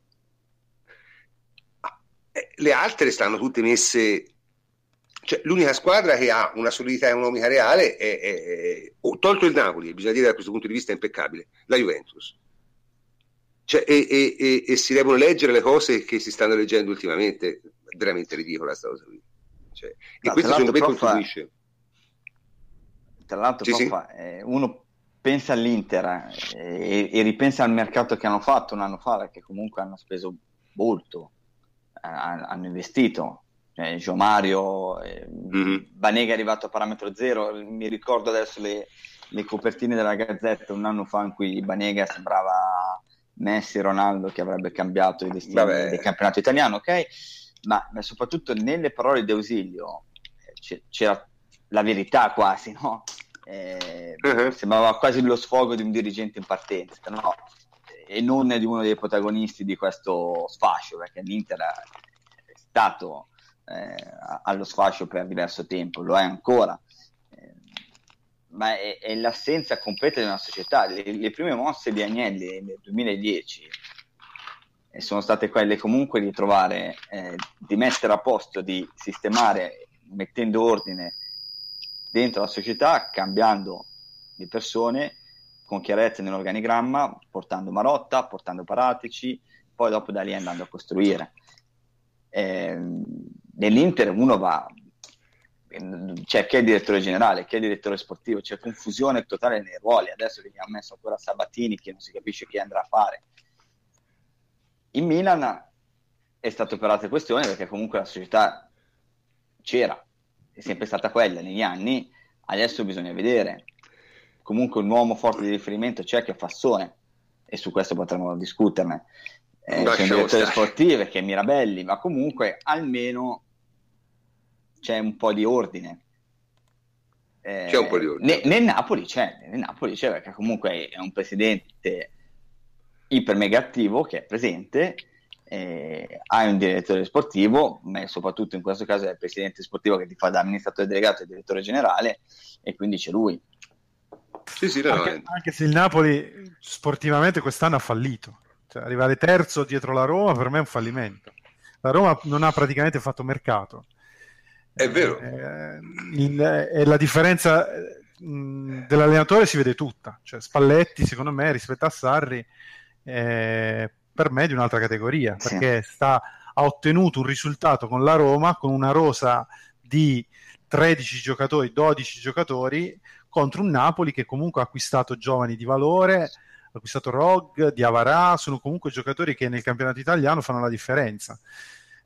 Le altre stanno tutte messe, cioè l'unica squadra che ha una solidità economica reale tolto il Napoli, bisogna dire da questo punto di vista è impeccabile, la Juventus. Cioè, e si devono leggere le cose che si stanno leggendo ultimamente, è veramente ridicola sta cosa qui. Cioè, e questo secondo me contribuisce.
Tra l'altro uno pensa all'Inter e ripensa al mercato che hanno fatto un anno fa, perché comunque hanno speso molto, hanno investito, Gio Mario, Banega è arrivato a parametro zero. Mi ricordo adesso le copertine della Gazzetta un anno fa in cui Banega sembrava Messi, Ronaldo che avrebbe cambiato i destini del campionato italiano, ok? Ma soprattutto nelle parole di Ausilio c'era la verità quasi, no? Sembrava quasi lo sfogo di un dirigente in partenza, no? E non di uno dei protagonisti di questo sfascio, perché l'Inter è stato allo sfascio per diverso tempo, lo è ancora, ma è l'assenza completa di una società. Le prime mosse di Agnelli nel 2010 sono state quelle comunque di trovare, di mettere a posto, di sistemare, mettendo ordine dentro la società, cambiando le persone con chiarezza nell'organigramma, portando Marotta, portando Paratici, poi dopo da lì andando a costruire. Nell'Inter uno va, c'è chi è il direttore generale, chi è il direttore sportivo, c'è confusione totale nei ruoli, adesso che gli ha messo ancora Sabatini che non si capisce chi andrà a fare. In Milan è stata operata questione perché comunque la società c'era, è sempre stata quella negli anni, adesso bisogna vedere. Comunque un uomo forte di riferimento c'è, che è Fassone, e su questo potremmo discuterne. C'è un direttore sportivo che è Mirabelli, ma comunque almeno c'è un po' di ordine.
C'è un po' di ordine.
Nel Napoli c'è, perché comunque è un presidente iper mega attivo che è presente, hai un direttore sportivo, ma soprattutto in questo caso è il presidente sportivo che ti fa da amministratore delegato e direttore generale, e quindi c'è lui.
Sì,
anche se il Napoli sportivamente quest'anno ha fallito, cioè, arrivare terzo dietro la Roma per me è un fallimento. La Roma non ha praticamente fatto mercato,
è vero,
e la differenza dell'allenatore si vede tutta, cioè Spalletti secondo me rispetto a Sarri per me è di un'altra categoria, perché ha ottenuto un risultato con la Roma con una rosa di 13 giocatori, 12 giocatori, contro un Napoli che comunque ha acquistato giovani di valore, ha acquistato Rog, Diawara, sono comunque giocatori che nel campionato italiano fanno la differenza.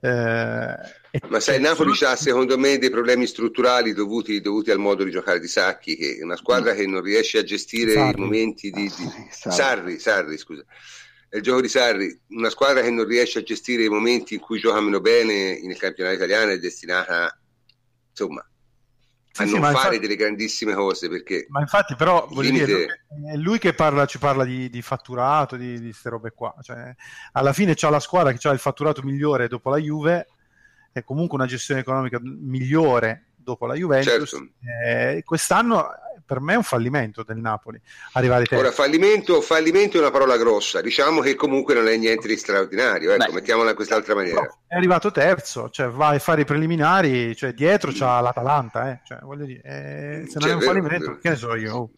Ma sai, il Napoli ha secondo me dei problemi strutturali dovuti al modo di giocare di Sacchi, che è una squadra che non riesce a gestire i momenti di Sarri, scusa. È il gioco di Sarri, una squadra che non riesce a gestire i momenti in cui gioca meno bene nel campionato italiano è destinata, insomma, a non fare infatti, delle grandissime cose, perché
ma infatti però voglio dire, è lui che ci parla di fatturato, di queste robe qua, cioè, alla fine c'ha la squadra che ha il fatturato migliore dopo la Juve, è comunque una gestione economica migliore dopo la Juventus, certo. Quest'anno per me è un fallimento del Napoli arrivare terzo.
Ora, fallimento è una parola grossa, diciamo che comunque non è niente di straordinario, ecco, mettiamola in quest'altra maniera.
È arrivato terzo, cioè va a fare i preliminari, cioè dietro c'ha l'Atalanta, cioè, voglio dire, se non è un fallimento, che ne so io.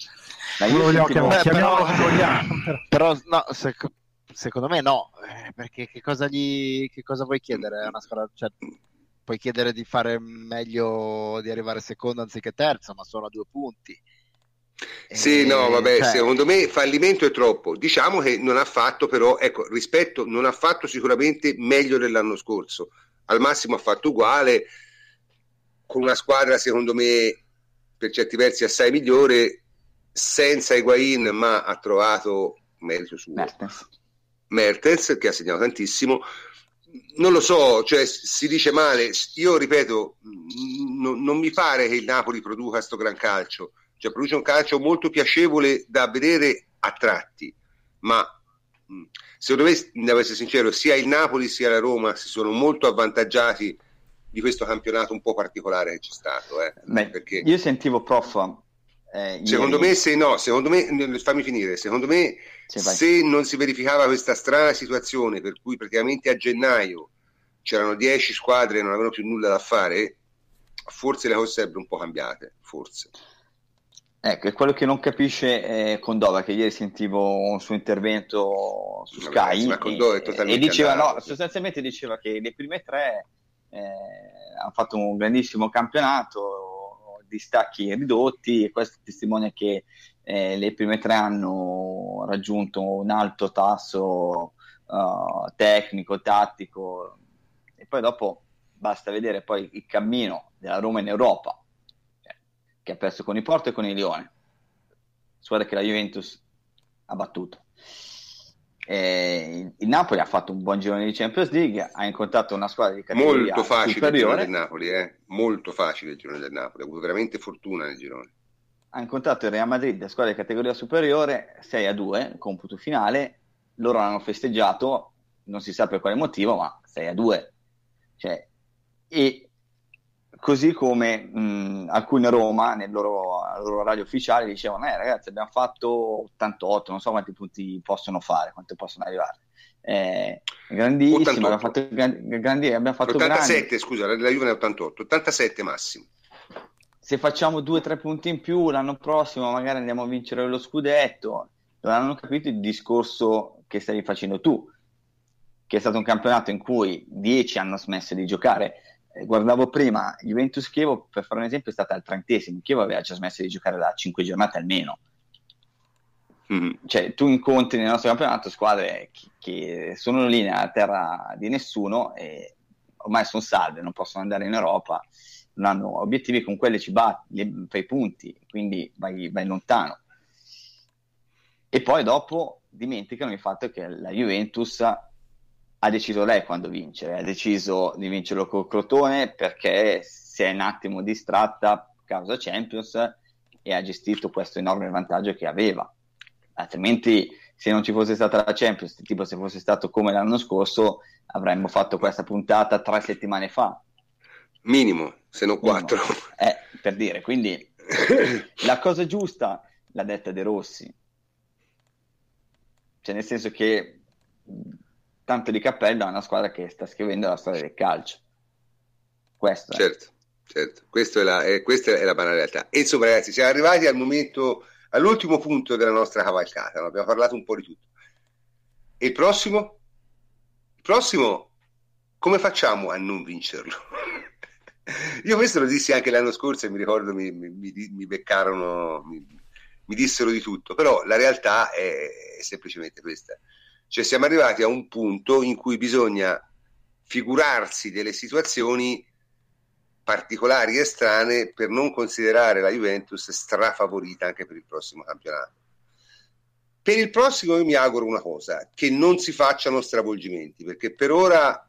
Però no, secondo me no, perché che cosa vuoi chiedere? È una squadra, cioè, puoi chiedere di fare meglio, di arrivare secondo anziché terzo, ma sono a 2 punti.
Sì, no, vabbè, cioè, secondo me fallimento è troppo. Diciamo che non ha fatto, però, ecco, rispetto, non ha fatto sicuramente meglio dell'anno scorso. Al massimo ha fatto uguale, con una squadra, secondo me, per certi versi assai migliore, senza Higuaín, ma ha trovato merito suo. Mertens, che ha segnato tantissimo. Non lo so, cioè si dice male. Io ripeto, non mi pare che il Napoli produca sto gran calcio, cioè produce un calcio molto piacevole da vedere a tratti, ma se dovessi essere sincero, sia il Napoli sia la Roma si sono molto avvantaggiati di questo campionato un po' particolare che c'è stato.
Perché io sentivo prof.
Secondo me, fammi finire, secondo me se non si verificava questa strana situazione per cui praticamente a gennaio c'erano 10 squadre e non avevano più nulla da fare, forse le cose sarebbero un po' cambiate, forse.
Ecco, è quello che non capisce Condova, che ieri sentivo un suo intervento su Sky e diceva, no, sostanzialmente diceva che le prime 3 hanno fatto un grandissimo campionato, distacchi ridotti, e questo testimonia che le prime 3 hanno raggiunto un alto tasso tecnico, tattico, e poi dopo basta vedere poi il cammino della Roma in Europa, che ha perso con i Porto e con il Lione, squadra che la Juventus ha battuto. Il Napoli ha fatto un buon girone di Champions League, ha incontrato una squadra di categoria
molto facile
superiore.
Il girone del Napoli, molto facile il girone del Napoli, ha avuto veramente fortuna nel girone.
Ha incontrato il Real Madrid, la squadra di categoria superiore, 6-2, computo finale. Loro hanno festeggiato, non si sa per quale motivo, ma 6-2. Cioè, e così come alcune Roma nel loro orario ufficiale dicevano ragazzi, abbiamo fatto 88, non so quanti punti possono fare, quanto possono arrivare, grandissimo, abbiamo fatto
87
grandi.
Scusa, la Juve è 87 massimo.
Se facciamo 2-3 punti in più l'anno prossimo magari andiamo a vincere lo scudetto. Non hanno capito il discorso che stavi facendo tu, che è stato un campionato in cui 10 hanno smesso di giocare. Guardavo prima Juventus Chievo, per fare un esempio, è stata al 30°. Chievo aveva già smesso di giocare da 5 giornate almeno. Cioè tu incontri nel nostro campionato squadre che sono lì nella terra di nessuno e ormai sono salve, non possono andare in Europa, non hanno obiettivi, con quelle ci batti, fai punti, quindi vai lontano. E poi dopo dimenticano il fatto che la Juventus ha deciso lei quando vincere, ha deciso di vincerlo col Crotone perché si è un attimo distratta causa Champions e ha gestito questo enorme vantaggio che aveva. Altrimenti, se non ci fosse stata la Champions, tipo se fosse stato come l'anno scorso, avremmo fatto questa puntata 3 settimane fa.
Minimo, se non 4.
Per dire, quindi la cosa giusta l'ha detta De Rossi. Cioè, nel senso che tanto di cappello a una squadra che sta scrivendo la storia del calcio. Questo
certo. Questa è la banale realtà. E insomma, ragazzi, siamo arrivati all'ultimo punto della nostra cavalcata, no? Abbiamo parlato un po' di tutto. E il prossimo? Come facciamo a non vincerlo? Io questo lo dissi anche l'anno scorso e mi ricordo mi beccarono, mi dissero di tutto, però la realtà è semplicemente questa. Cioè siamo arrivati a un punto in cui bisogna figurarsi delle situazioni particolari e strane per non considerare la Juventus strafavorita anche per il prossimo campionato. Per il prossimo io mi auguro una cosa, che non si facciano stravolgimenti, perché per ora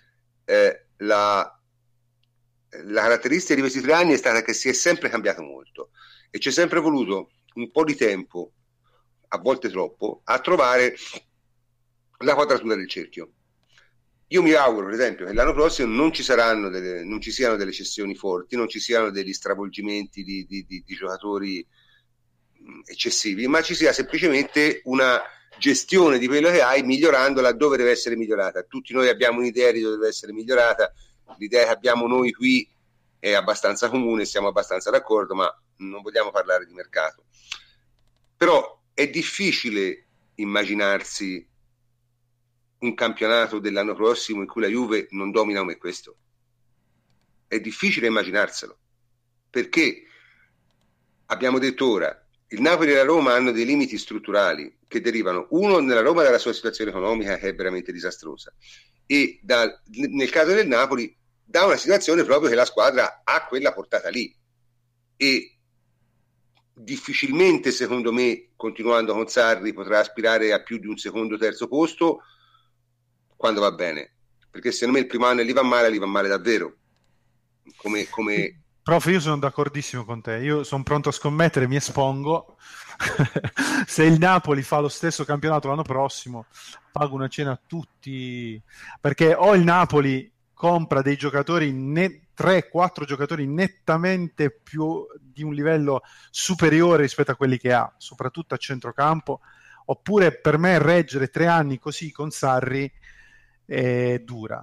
la caratteristica di questi 3 anni è stata che si è sempre cambiato molto e c'è sempre voluto un po' di tempo, a volte troppo, a trovare la quadratura del cerchio. Io mi auguro, per esempio, che l'anno prossimo non ci siano delle cessioni forti, non ci siano degli stravolgimenti di giocatori eccessivi, ma ci sia semplicemente una gestione di quello che hai, migliorandola dove deve essere migliorata. Tutti noi abbiamo un'idea di dove deve essere migliorata, l'idea che abbiamo noi qui è abbastanza comune, siamo abbastanza d'accordo, ma non vogliamo parlare di mercato. Però è difficile immaginarsi un campionato dell'anno prossimo in cui la Juve non domina come questo. È difficile immaginarselo, perché abbiamo detto ora, il Napoli e la Roma hanno dei limiti strutturali che derivano, uno, nella Roma dalla sua situazione economica che è veramente disastrosa, e nel caso del Napoli da una situazione proprio che la squadra ha quella portata lì, e difficilmente, secondo me, continuando con Sarri, potrà aspirare a più di un secondo o terzo posto quando va bene, perché secondo me il primo anno gli va male davvero, come
Prof, io sono d'accordissimo con te, io sono pronto a scommettere, mi espongo. Se il Napoli fa lo stesso campionato l'anno prossimo, pago una cena a tutti, perché o il Napoli compra dei giocatori 3-4 giocatori nettamente più di un livello superiore rispetto a quelli che ha, soprattutto a centrocampo, oppure per me reggere 3 anni così con Sarri è dura.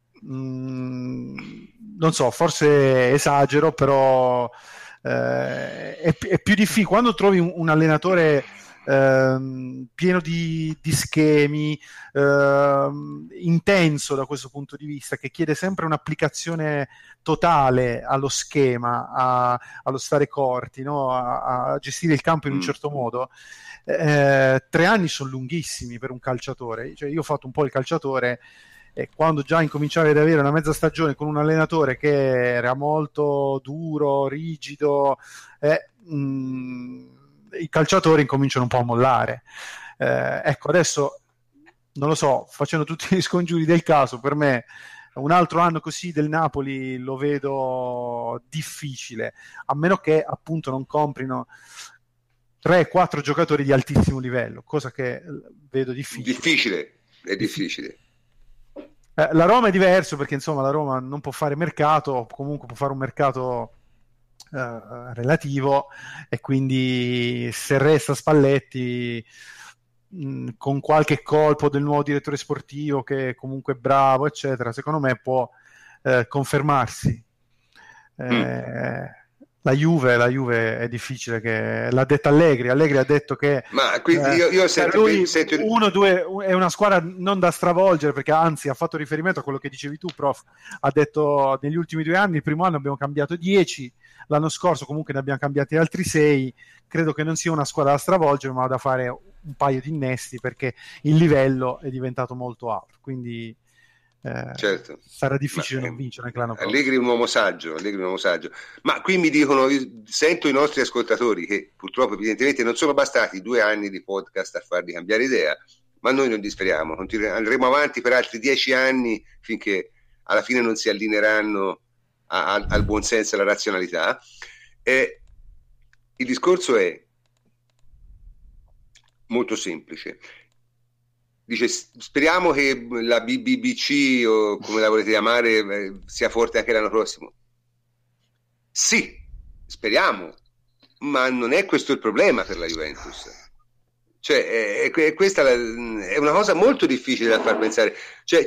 Non so, forse esagero, però è più difficile quando trovi un allenatore pieno di schemi, intenso da questo punto di vista, che chiede sempre un'applicazione totale allo schema, allo stare corti, no? a gestire il campo in un certo modo. 3 anni sono lunghissimi per un calciatore, cioè, io ho fatto un po' il calciatore e quando già incominciavi ad avere una mezza stagione con un allenatore che era molto duro, rigido, i calciatori incominciano un po' a mollare. Ecco, adesso non lo so, facendo tutti gli scongiuri del caso, per me un altro anno così del Napoli lo vedo difficile, a meno che appunto non comprino 3-4 giocatori di altissimo livello, cosa che vedo difficile.
È difficile.
La Roma è diverso perché insomma la Roma non può fare mercato, comunque può fare un mercato relativo, e quindi se resta Spalletti con qualche colpo del nuovo direttore sportivo che è comunque bravo eccetera, secondo me può confermarsi. La Juve è difficile, che l'ha detto Allegri ha detto che
ma quindi io
per lui 1-2 è una squadra non da stravolgere, perché anzi ha fatto riferimento a quello che dicevi tu, prof, ha detto negli ultimi 2 anni, il primo anno abbiamo cambiato 10, l'anno scorso comunque ne abbiamo cambiati altri 6, credo che non sia una squadra da stravolgere ma da fare un paio di innesti perché il livello è diventato molto alto, quindi
certo,
sarà difficile non vincere anche l'anno prossimo.
Allegri è un uomo saggio, ma qui mi dicono, sento i nostri ascoltatori che purtroppo evidentemente non sono bastati 2 anni di podcast a farli cambiare idea, ma noi non disperiamo, andremo avanti per altri 10 anni finché alla fine non si allineeranno al buon senso e alla razionalità. Il discorso è molto semplice. Dice, speriamo che la BBBC, o come la volete chiamare, sia forte anche l'anno prossimo. Sì, speriamo, ma non è questo il problema per la Juventus. Cioè, questa è una cosa molto difficile da far pensare. Cioè,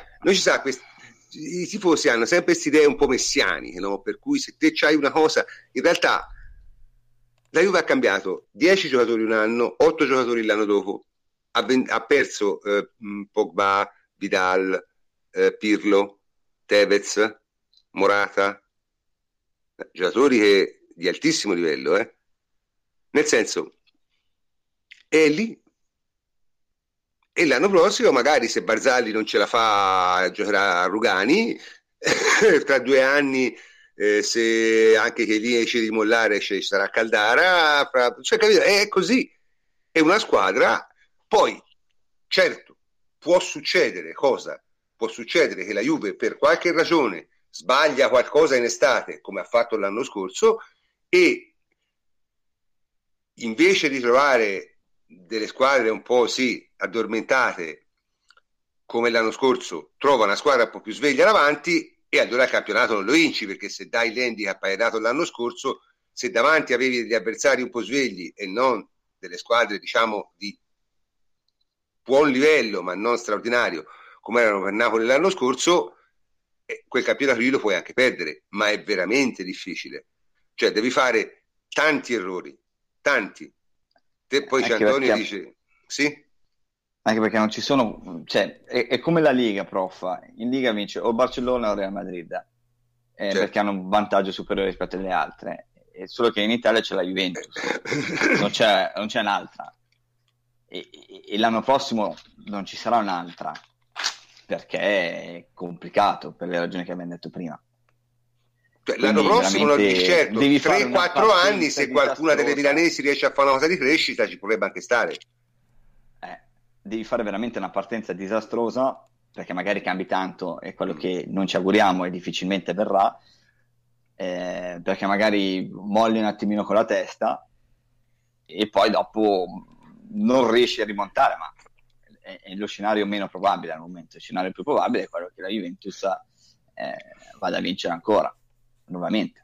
i tifosi hanno sempre queste idee un po' messianiche, no? Per cui se te c'hai una cosa, in realtà la Juve ha cambiato 10 giocatori un anno, 8 giocatori l'anno dopo. Ha perso Pogba, Vidal, Pirlo, Tevez, Morata, giocatori di altissimo livello, nel senso è lì E l'anno prossimo, magari se Barzagli non ce la fa, giocherà Rugani. Tra 2 anni, se anche che lì esce di mollare, ci sarà Caldara. Cioè, capito? È così. È una squadra. Poi, certo, può succedere cosa? Può succedere che la Juve, per qualche ragione, sbaglia qualcosa in estate, come ha fatto l'anno scorso, e invece di trovare delle squadre un po' addormentate come l'anno scorso, trova una squadra un po' più sveglia davanti, e allora il campionato non lo vinci, perché se dai l'handicap hai dato l'anno scorso, se davanti avevi degli avversari un po' svegli e non delle squadre, diciamo, di buon livello ma non straordinario come erano per Napoli l'anno scorso, quel campionato lì lo puoi anche perdere, ma è veramente difficile, cioè devi fare tanti errori, tanti. Poi c'è Antonio che dice sì?
Anche perché non ci sono, cioè è come la Liga, prof. In Liga vince o Barcellona o Real Madrid, certo, perché hanno un vantaggio superiore rispetto alle altre, solo che in Italia c'è la Juventus, non c'è un'altra, e l'anno prossimo non ci sarà un'altra, perché è complicato per le ragioni che abbiamo detto prima.
Cioè, l'anno prossimo non dici, certo, 3-4 anni, se qualcuna delle milanesi riesce a fare una cosa di crescita ci potrebbe anche stare.
Devi fare veramente una partenza disastrosa, perché magari cambi tanto, è quello che non ci auguriamo e difficilmente verrà, perché magari molli un attimino con la testa e poi dopo non riesci a rimontare, ma è lo scenario meno probabile al momento. Il scenario più probabile è quello che la Juventus vada a vincere ancora nuovamente.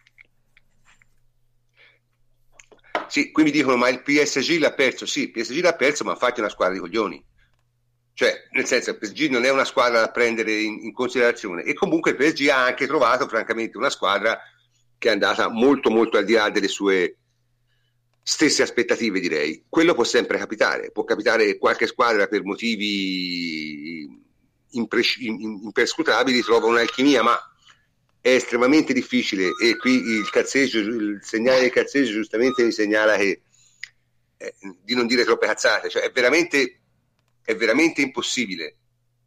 Sì, qui mi dicono ma il PSG l'ha perso. Sì, il PSG l'ha perso, ma infatti è una squadra di coglioni, cioè nel senso il PSG non è una squadra da prendere in considerazione, e comunque il PSG ha anche trovato francamente una squadra che è andata molto molto al di là delle sue stesse aspettative, direi. Quello può sempre capitare, può capitare che qualche squadra per motivi imperscrutabili trova un'alchimia, ma è estremamente difficile, e qui il segnale del Calzeggio giustamente mi segnala che di non dire troppe cazzate, cioè è veramente impossibile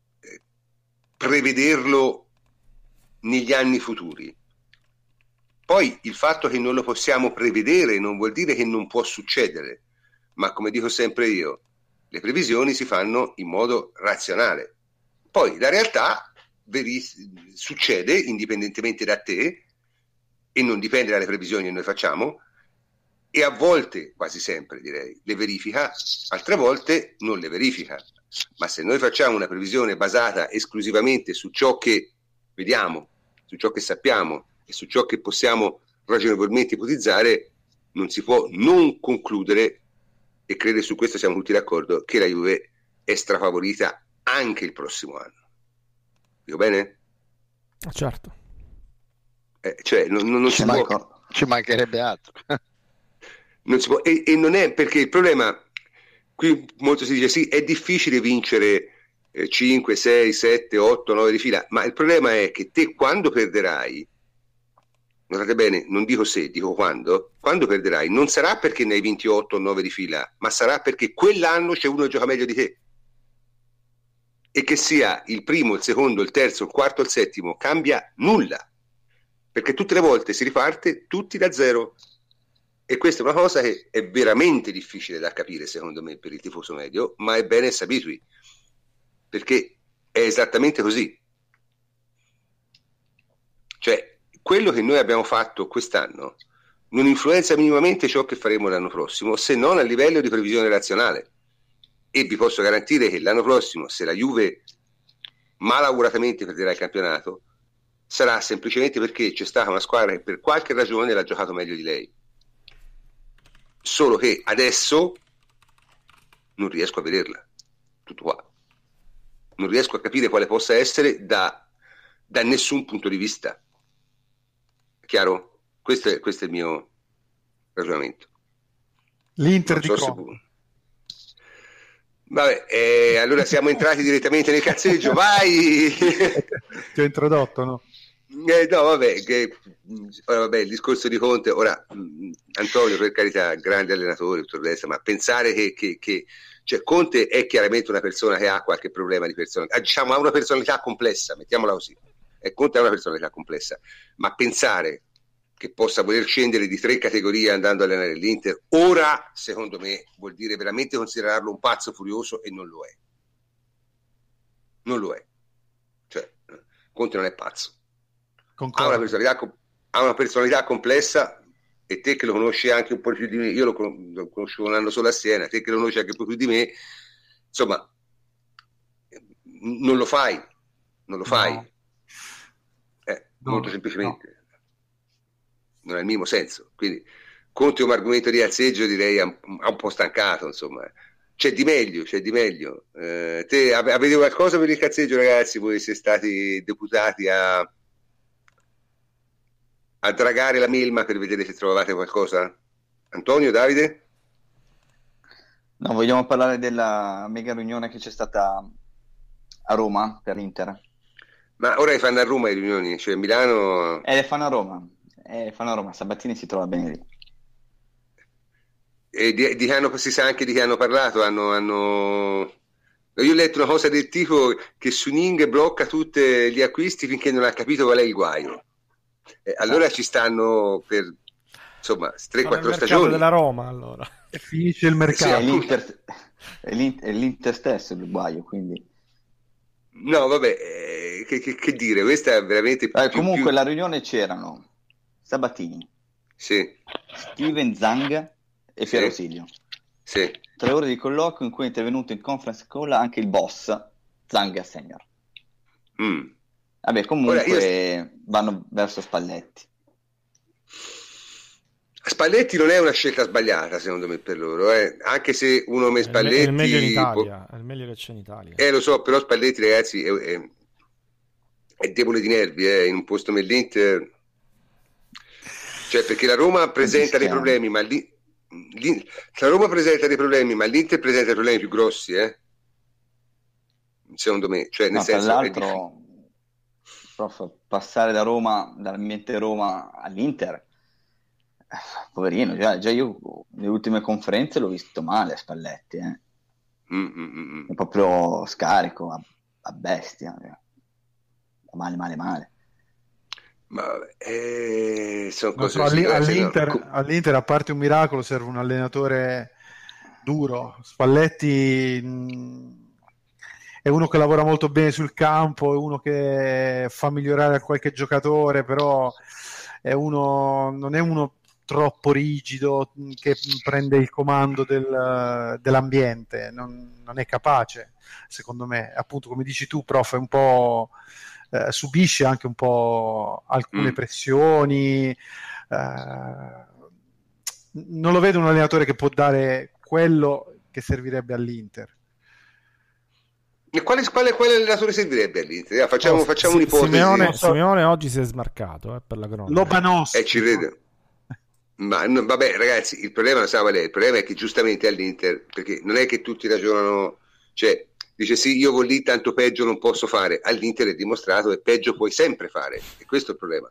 prevederlo negli anni futuri. Poi il fatto che non lo possiamo prevedere non vuol dire che non può succedere, ma come dico sempre io, le previsioni si fanno in modo razionale. Poi la realtà succede indipendentemente da te, e non dipende dalle previsioni che noi facciamo, e a volte, quasi sempre direi, le verifica, altre volte non le verifica. Ma se noi facciamo una previsione basata esclusivamente su ciò che vediamo, su ciò che sappiamo e su ciò che possiamo ragionevolmente ipotizzare, non si può non concludere, e credo su questo siamo tutti d'accordo, che la Juve è strafavorita anche il prossimo anno. Dico bene?
Certo.
Cioè non si può.
Ci mancherebbe altro.
Non si può, e non è perché il problema, qui molto si dice sì, è difficile vincere 5, 6, 7, 8, 9 di fila, ma il problema è che te quando perderai, notate bene, non dico se, dico quando perderai, non sarà perché ne hai 28 o 9 di fila, ma sarà perché quell'anno c'è uno che gioca meglio di te. E che sia il primo, il secondo, il terzo, il quarto, il settimo, cambia nulla, perché tutte le volte si riparte tutti da zero. E questa è una cosa che è veramente difficile da capire, secondo me, per il tifoso medio, ma è bene si abitui, perché è esattamente così. Cioè, quello che noi abbiamo fatto quest'anno non influenza minimamente ciò che faremo l'anno prossimo, se non a livello di previsione razionale. E vi posso garantire che l'anno prossimo, se la Juve malauguratamente perderà il campionato, sarà semplicemente perché c'è stata una squadra che per qualche ragione l'ha giocato meglio di lei. Solo che adesso non riesco a vederla, tutto qua. Non riesco a capire quale possa essere da nessun punto di vista. Chiaro? Questo è il mio ragionamento.
L'Inter di
Vabbè, allora siamo entrati direttamente nel cazzeggio, vai!
Ti ho introdotto, no?
No, vabbè, ora, vabbè, il discorso di Conte, ora Antonio, per carità, grande allenatore, tutto il resto, ma pensare che cioè, Conte è chiaramente una persona che ha qualche problema di personalità, diciamo ha una personalità complessa, mettiamola così, Conte ha una personalità complessa, ma pensare che possa voler scendere di 3 categorie andando a allenare l'Inter, ora, secondo me, vuol dire veramente considerarlo un pazzo furioso, e non lo è. Non lo è. Cioè, Conte non è pazzo. Ha una personalità complessa, e te che lo conosci anche un po' più di me, io lo conosco un anno solo a Siena, te che lo conosci anche un po' più di me, insomma, non lo fai. Molto semplicemente. Non ha il minimo senso. Quindi Conte come argomento di alzeggio direi ha un po' stancato, insomma. C'è di meglio. Te avete qualcosa per il cazzeggio, ragazzi? Voi siete stati deputati a dragare la melma per vedere se trovavate qualcosa? Antonio, Davide?
No, vogliamo parlare della mega riunione che c'è stata a Roma per l'Inter.
Ma ora le fanno a Roma le riunioni, cioè a Milano...
le fanno a Roma. Sabatini si trova bene lì.
E di che si sa anche di che hanno parlato? Io ho letto una cosa del tipo che Suning blocca tutti gli acquisti finché non ha capito qual è il guaio. Allora ci stanno per insomma 3-4 stagioni
della Roma, allora
finisce il mercato.
È l'Inter stesso il guaio, quindi
no, vabbè, che dire, questa è veramente
comunque la riunione c'erano Sabatini,
sì,
Steven Zang e Piero Silio.
Sì.
3 ore di colloquio in cui è intervenuto in conference call anche il boss Zang Senior. Vabbè, comunque vanno verso Spalletti.
Spalletti non è una scelta sbagliata, secondo me, per loro, anche se uno come Spalletti
è il meglio in Italia, è il meglio che c'è in Italia.
Lo so, però Spalletti, ragazzi, è debole di nervi, in un posto come l'Inter, cioè, perché la Roma presenta dei problemi, ma la Roma presenta dei problemi, ma l'Inter presenta problemi più grossi, secondo me, cioè nel senso,
tra l'altro, prof, passare dall'ambiente Roma all'Inter, poverino, già io nelle ultime conferenze l'ho visto male a Spalletti, è proprio scarico a bestia, male.
Ma sono cose
all'Inter, a parte un miracolo, serve un allenatore duro. Spalletti è uno che lavora molto bene sul campo, è uno che fa migliorare qualche giocatore, però non è uno troppo rigido che prende il comando dell'ambiente, non è capace, secondo me. Appunto, come dici tu, prof, è un po'... subisce anche un po' alcune pressioni, non lo vedo un allenatore che può dare quello che servirebbe all'Inter.
E quale allenatore servirebbe all'Inter? Facciamo un'ipotesi.
Simeone oggi si è smarcato per la cronaca.
Lobanovski.
Ci credo. Ma vabbè, ragazzi, il problema il problema è che giustamente all'Inter, perché non è che tutti ragionano, cioè dice sì, io con lì tanto peggio non posso fare. All'Inter è dimostrato che peggio puoi sempre fare, e questo è il problema.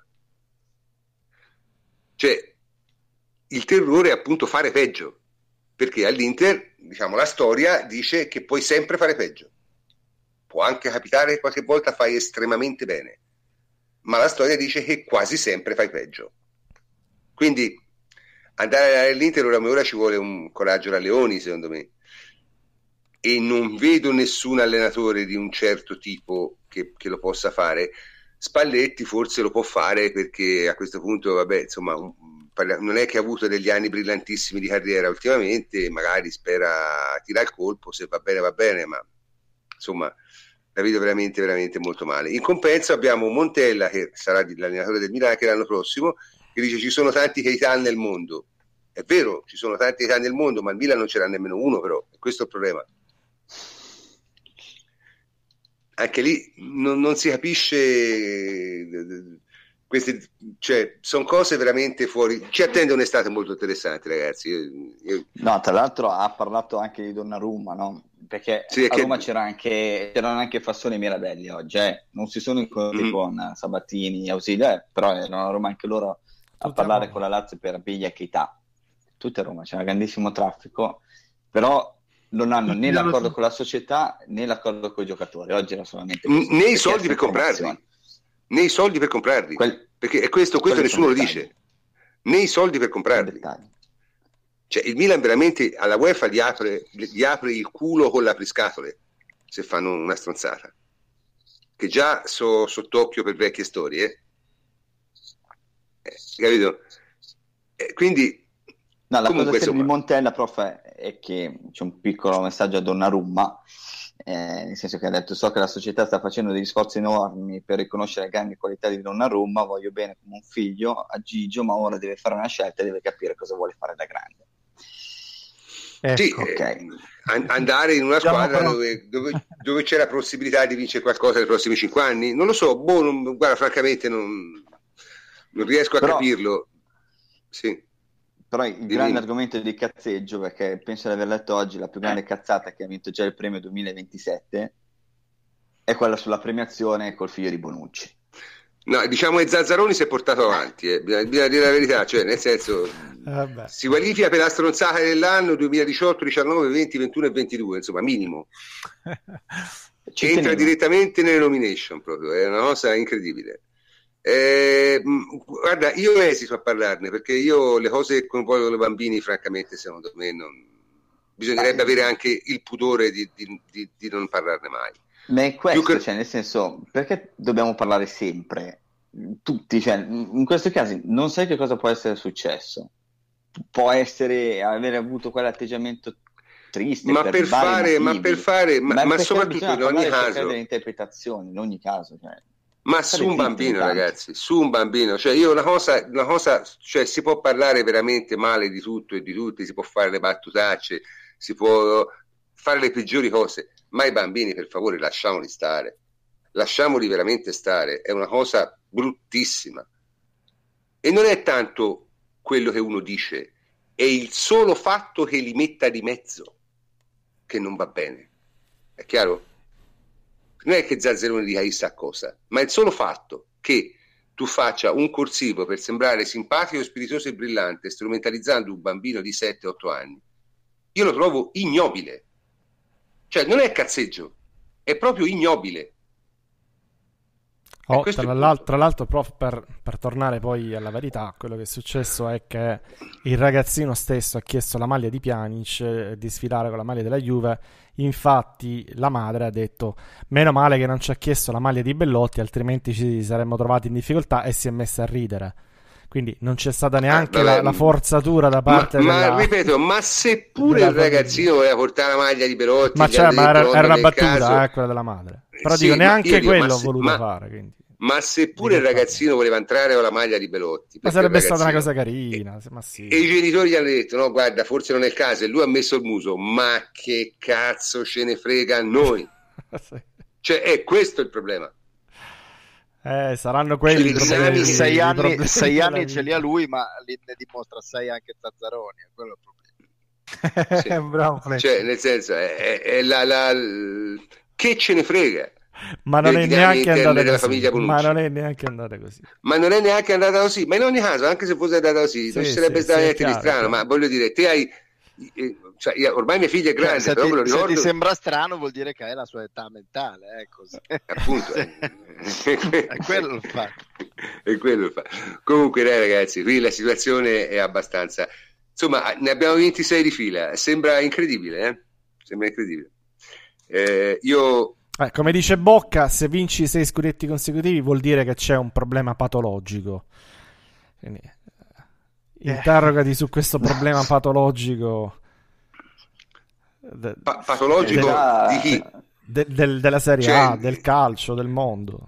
Cioè, il terrore è appunto fare peggio, perché all'Inter, diciamo, la storia dice che puoi sempre fare peggio. Può anche capitare che qualche volta fai estremamente bene, ma la storia dice che quasi sempre fai peggio. Quindi andare all'Inter ora ci vuole un coraggio da leoni, secondo me. E non vedo nessun allenatore di un certo tipo che lo possa fare. Spalletti forse lo può fare, perché a questo punto, vabbè, insomma, non è che ha avuto degli anni brillantissimi di carriera ultimamente, magari spera tirare il colpo, se va bene, ma insomma la vedo veramente, veramente molto male. In compenso abbiamo Montella, che sarà l'allenatore del Milan anche l'anno prossimo, che dice ci sono tanti Keita nel mondo. È vero, ci sono tanti Keita nel mondo, ma il Milan non ce n'ha nemmeno uno, però, questo è il problema. Anche lì non si capisce, cioè sono cose veramente fuori. Ci attende un'estate molto interessante, ragazzi.
No, tra l'altro ha parlato anche di Donnarumma, no? perché a Roma c'erano anche Fassoni e Mirabelli oggi, non si sono incontrati con Sabatini, Ausilio, però erano a Roma anche loro a parlare con la Lazio per Biglia e Keita. Tutte a Roma, c'era grandissimo traffico, però non hanno né l'accordo con la società né l'accordo con i giocatori. Oggi era solamente
né i soldi per comprarli, perché questo nessuno lo dice, né i soldi per comprarli. Cioè il Milan veramente alla UEFA gli apre il culo con l'apriscatole se fanno una stronzata, che già sott'occhio per vecchie storie, capito? Quindi
no, la cosa seria di Montella, prof, è che c'è un piccolo messaggio a Donnarumma, nel senso che ha detto: so che la società sta facendo degli sforzi enormi per riconoscere le grandi qualità di Donnarumma, voglio bene come un figlio a Gigio, ma ora deve fare una scelta e deve capire cosa vuole fare da grande.
Sì, okay. Andare in una squadra dove c'è la possibilità di vincere qualcosa nei prossimi 5 anni, non lo so, guarda, francamente non riesco a capirlo. Sì.
Però il grande argomento di cazzeggio, perché penso di aver letto oggi la più grande cazzata che ha vinto già il premio 2027, è quella sulla premiazione col figlio di Bonucci.
No, diciamo che Zazzaroni si è portato avanti, bisogna dire la verità, cioè nel senso si qualifica per la stronzata dell'anno 2018, 19, 20, 21 e 22, insomma minimo. Entra direttamente nelle nomination proprio, è una cosa incredibile. Guarda, io esito a parlarne perché le cose che coinvolgono i bambini francamente secondo me bisognerebbe avere anche il pudore di non parlarne mai.
Ma è questo, cioè nel senso, perché dobbiamo parlare sempre tutti, cioè in questi casi non sai che cosa può essere successo, può essere avere avuto quell'atteggiamento triste, ma
soprattutto in ogni caso
delle interpretazioni, in ogni caso, cioè.
Ma su un bambino, ragazzi, su un bambino, cioè io una cosa, cioè si può parlare veramente male di tutto e di tutti, si può fare le battutacce, si può fare le peggiori cose, ma i bambini per favore lasciamoli veramente stare, è una cosa bruttissima. E non è tanto quello che uno dice, è il solo fatto che li metta di mezzo che non va bene, è chiaro? Non è che Zazzaroni dica chissà cosa, ma il solo fatto che tu faccia un corsivo per sembrare simpatico, spiritoso e brillante, strumentalizzando un bambino di 7-8 anni, io lo trovo ignobile. Cioè non è cazzeggio, è proprio ignobile.
Tra l'altro, prof, per tornare poi alla verità, quello che è successo è che il ragazzino stesso ha chiesto la maglia di Pjanic, di sfilare con la maglia della Juve. Infatti la madre ha detto: meno male che non ci ha chiesto la maglia di Bellotti, altrimenti ci saremmo trovati in difficoltà, e si è messa a ridere. Quindi non c'è stata neanche la forzatura da parte
ma ripeto, ma seppure il ragazzino voleva portare la maglia di Belotti,
ma era una battuta, quella della madre. Però sì, dico, neanche quello ho voluto fare. Quindi.
Ma seppure il ragazzino voleva entrare con la maglia di Belotti,
ma sarebbe stata una cosa carina. Ma sì.
E i genitori gli hanno detto: no, guarda, forse non è il caso, e lui ha messo il muso. Ma che cazzo ce ne frega a noi? Sì. Cioè, è questo il problema.
Saranno quelli problemi.
6 anni ce li ha lui, ma ne dimostra 6 anche Zazzaroni, è quello il
problema. Sì. Bravo, cioè, nel senso, è che ce ne frega.
Ma non è neanche andata così. Ma non è neanche andata così. Ma in ogni caso, anche se fosse andata così, non ci sarebbe stato niente di strano. Ma voglio dire, te hai. Ormai mia figlia è grande,
se
però me lo ricordo.
Se ti sembra strano, vuol dire che hai la sua età mentale, così.
Appunto.
È quello il fatto.
È quello il fatto. Comunque, ragazzi, qui la situazione è abbastanza. Insomma, ne abbiamo 26 di fila. Sembra incredibile, Sembra incredibile.
Come dice Bocca, se vinci 6 scudetti consecutivi vuol dire che c'è un problema patologico. Quindi, interrogati su questo problema patologico.
Patologico di chi?
Della Serie A, del calcio, del mondo.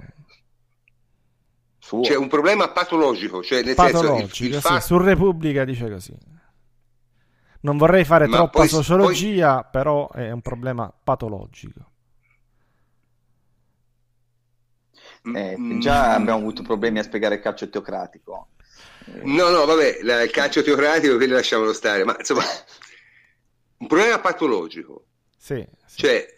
C'è un problema patologico, cioè nel
patologico,
senso il
fatto... Su Repubblica dice così. Non vorrei fare troppa sociologia, però è un problema patologico.
Già abbiamo avuto problemi a spiegare il calcio teocratico.
No, vabbè, il calcio teocratico quello lasciamolo stare, ma insomma un problema patologico
Sì.
Cioè,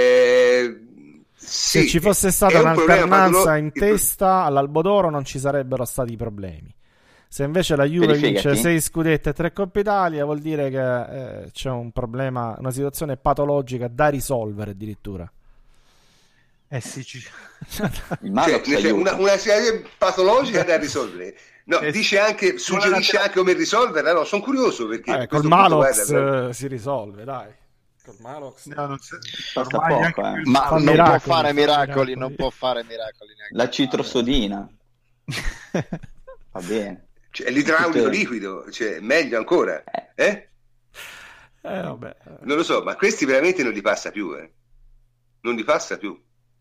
se ci fosse stata un'alternanza in testa all'Albo d'Oro non ci sarebbero stati problemi. Se invece la Juve vince 6 scudetti e 3 Coppe Italia, vuol dire che c'è un problema, una situazione patologica da risolvere addirittura.
Sì,
cioè, una situazione patologica da risolvere. No, dice anche, suggerisce anche come risolverla. No, sono curioso perché
col Malox si risolve, dai. Col Malox
basta poco,
ma non può fare miracoli, non può fare miracoli neanche
la citrosodina. Va bene.
Cioè, l'idraulico liquido, cioè, meglio ancora,
vabbè.
Non lo so, ma questi veramente non li passa più, non li passa più.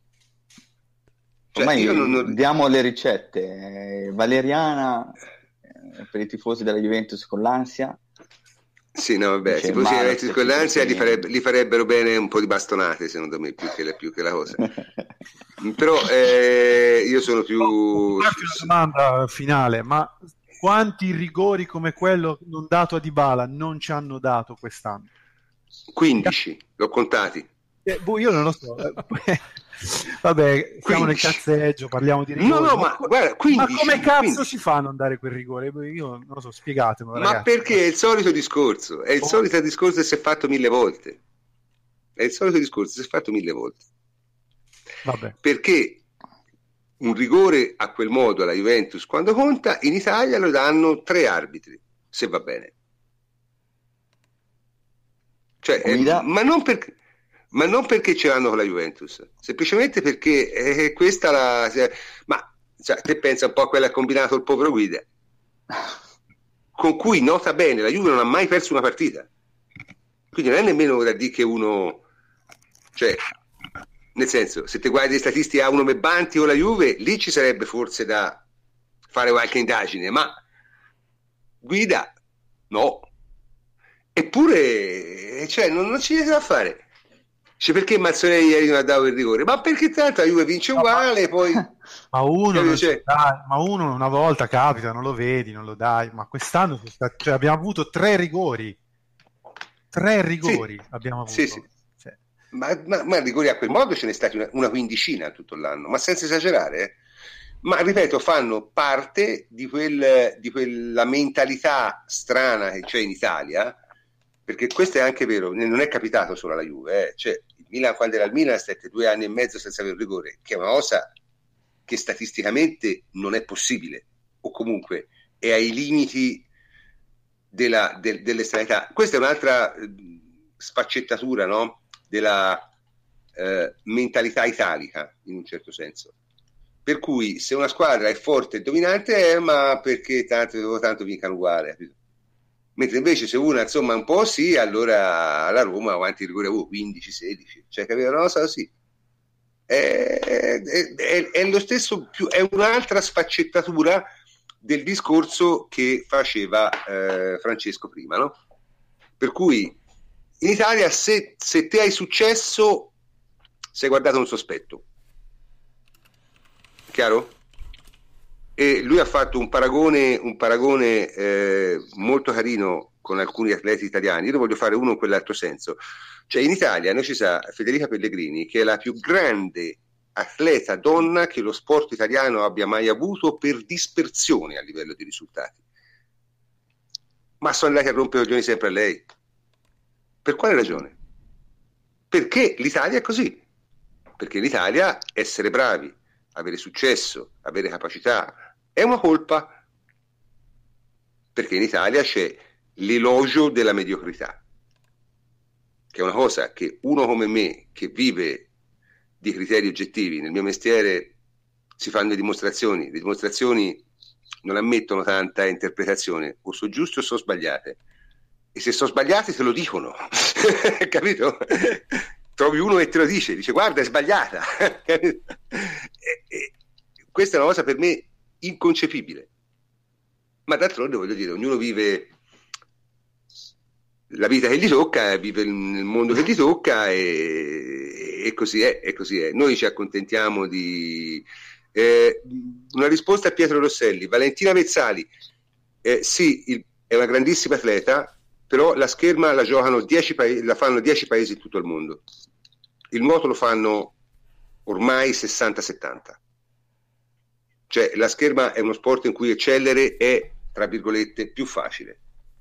Cioè,
ormai diamo le ricette. Valeriana per i tifosi della Juventus con l'ansia.
Sì, no, vabbè, i tifosi della Juventus con l'ansia gli farebbero bene un po' di bastonate, secondo me, più che la cosa. Però io sono più...
Una domanda finale, ma quanti rigori come quello non dato a Dybala non ci hanno dato quest'anno?
15, l'ho contati.
Io non lo so. Vabbè, siamo nel cazzeggio, parliamo di rigori.
No, ma guarda, 15,
ma come cazzo
15.
si fa a non dare quel rigore? Io non lo so, spiegatemelo, ragazzi.
Ma perché è il solito discorso, è il solito discorso che si è fatto 1000 volte. È il solito discorso che si è fatto 1000 volte.
Vabbè.
Perché un rigore a quel modo alla Juventus quando conta, in Italia lo danno 3 arbitri, se va bene. Cioè, ma non perché ce l'hanno con la Juventus, semplicemente perché questa ma cioè, te pensa un po' a quella che ha combinato il povero Guida, con cui, nota bene, la Juve non ha mai perso una partita, quindi non è nemmeno da dire che uno, cioè, nel senso, se te guardi le statistiche a uno Mebanti o la Juve, lì ci sarebbe forse da fare qualche indagine, ma Guida no. Eppure, cioè, non ci niente da fare. Cioè, perché Mazzonelli ieri non ha dato il rigore? Ma perché tanto la Juve vince uguale, poi...
Ma uno una volta capita, non lo vedi, non lo dai. Ma quest'anno cioè, abbiamo avuto 3 rigori. 3 rigori abbiamo avuto.
Sì. Cioè. Ma rigori a quel modo ce n'è stati una quindicina tutto l'anno, ma senza esagerare. Ma ripeto, fanno parte di quella mentalità strana che c'è in Italia, perché questo è anche vero, non è capitato solo alla Juve, cioè il Milan, quando era al Milan, stette 2 anni e mezzo senza avere un rigore, che è una cosa che statisticamente non è possibile, o comunque è ai limiti dell'estranità. Questa è un'altra sfaccettatura, no? Della mentalità italica, in un certo senso. Per cui se una squadra è forte e dominante, ma perché tanto vincano uguale, capito? Mentre invece se una insomma un po' sì, allora la Roma avanti il rigore 15-16, cioè capito? No, sì. È lo stesso, è un'altra sfaccettatura del discorso che faceva Francesco prima, no? Per cui in Italia se te hai successo sei guardato un sospetto, chiaro? E lui ha fatto un paragone molto carino con alcuni atleti italiani. Io ne voglio fare uno in quell'altro senso. Cioè in Italia noi ci sa Federica Pellegrini, che è la più grande atleta donna che lo sport italiano abbia mai avuto per dispersione a livello di risultati. Ma sono andati a rompere i coglioni sempre a lei. Per quale ragione? Perché l'Italia è così. Perché in Italia essere bravi, avere successo, avere capacità è una colpa, perché in Italia c'è l'elogio della mediocrità, che è una cosa che uno come me, che vive di criteri oggettivi, nel mio mestiere si fanno le dimostrazioni non ammettono tanta interpretazione, o sono giuste o sono sbagliate, e se sono sbagliate te lo dicono capito? Trovi uno che te lo dice guarda è sbagliata questa è una cosa per me inconcepibile, ma d'altronde voglio dire, ognuno vive la vita che gli tocca, vive nel mondo che gli tocca e così è. Noi ci accontentiamo di una risposta a Pietro Rosselli. Valentina Vezzali sì, è una grandissima atleta, però la scherma la giocano 10 paesi, la fanno 10 paesi in tutto il mondo. Il nuoto lo fanno ormai 60-70. Cioè la scherma è uno sport in cui eccellere è, tra virgolette, più facile.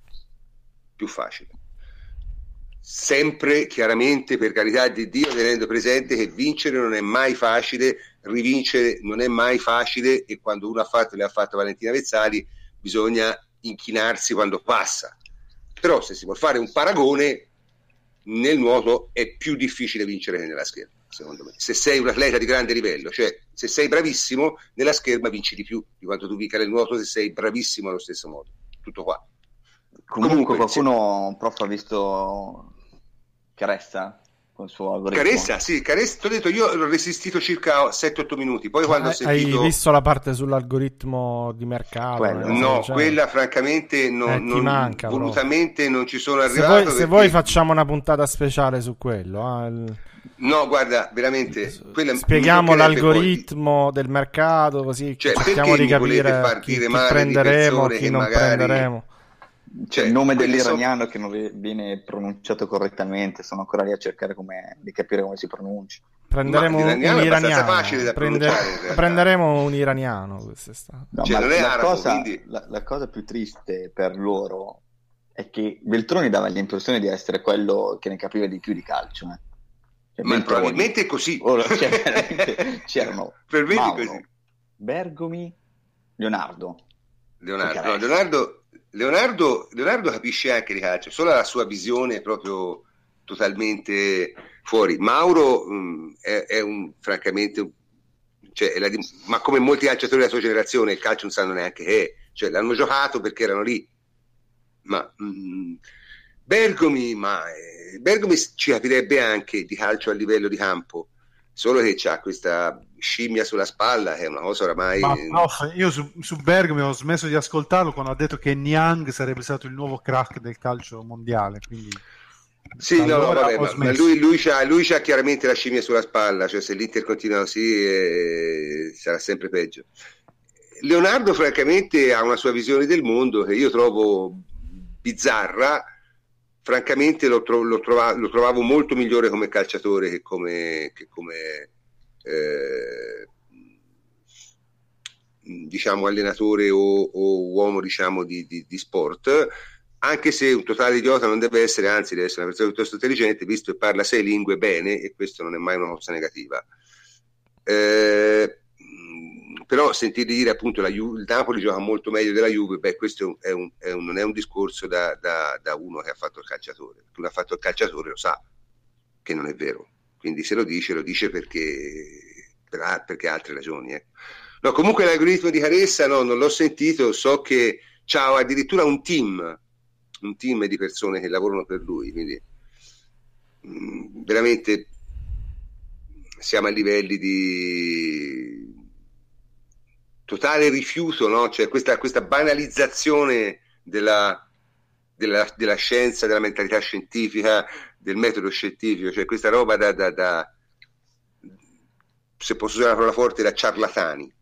Sempre, chiaramente, per carità di Dio, tenendo presente che vincere non è mai facile, rivincere non è mai facile, e quando uno le ha fatto Valentina Vezzali bisogna inchinarsi quando passa. Però se si vuol fare un paragone, nel nuoto è più difficile vincere che nella scherma, secondo me. Se sei un atleta di grande livello, cioè se sei bravissimo, nella scherma vinci di più di quanto tu vinca nel nuoto se sei bravissimo allo stesso modo. Tutto qua.
Comunque qualcuno, prof, ha visto Caressa con il suo algoritmo?
Caressa, ti ho detto, io l'ho resistito circa 7-8 minuti, poi quando ho sentito...
Hai visto la parte sull'algoritmo di mercato?
No, quella francamente
ti manca,
volutamente non ci sono arrivato.
Se vuoi facciamo una puntata speciale su quello.
No, guarda, veramente
spieghiamo l'algoritmo del mercato, così cerchiamo di capire chi prenderemo, chi non prenderemo.
Cioè, il nome dell'iraniano che non viene pronunciato correttamente, sono ancora lì a cercare di capire come si pronuncia.
Prenderemo un iraniano.
Facile da
prenderemo un iraniano.
No, cioè, non è arabo, quindi... la cosa più triste per loro è che Veltroni dava l'impressione di essere quello che ne capiva di più di calcio. Cioè,
ma probabilmente è così.
C'erano
Mauro,
così. Bergomi, Leonardo.
Leonardo capisce anche di calcio, solo la sua visione è proprio totalmente fuori. Mauro è francamente, ma come molti calciatori della sua generazione, il calcio non sanno neanche che è, cioè l'hanno giocato perché erano lì. Ma Bergomi ci capirebbe anche di calcio a livello di campo, solo che c'ha questa scimmia sulla spalla, che è una cosa oramai...
Ma prof, io su Bergomi ho smesso di ascoltarlo quando ha detto che Niang sarebbe stato il nuovo crack del calcio mondiale, quindi...
Sì, vabbè, ma lui c'ha chiaramente la scimmia sulla spalla, cioè se l'Inter continua così sarà sempre peggio. Leonardo francamente ha una sua visione del mondo che io trovo bizzarra. Francamente lo trovavo molto migliore come calciatore che come diciamo allenatore o uomo, diciamo, di sport, anche se un totale idiota non deve essere, anzi deve essere una persona piuttosto intelligente, visto che parla 6 lingue bene, e questo non è mai una cosa negativa. Però sentirgli dire appunto il Napoli gioca molto meglio della Juve, questo non è un discorso da uno che ha fatto il calciatore. Chi ha fatto il calciatore lo sa che non è vero, quindi se lo dice perché ha altre ragioni. No, comunque l'algoritmo di Caressa non l'ho sentito, so che c'ha addirittura un team di persone che lavorano per lui, quindi veramente siamo a livelli di totale rifiuto, no? Cioè questa banalizzazione della scienza, della mentalità scientifica, del metodo scientifico, cioè questa roba da se posso usare una parola forte, da ciarlatani,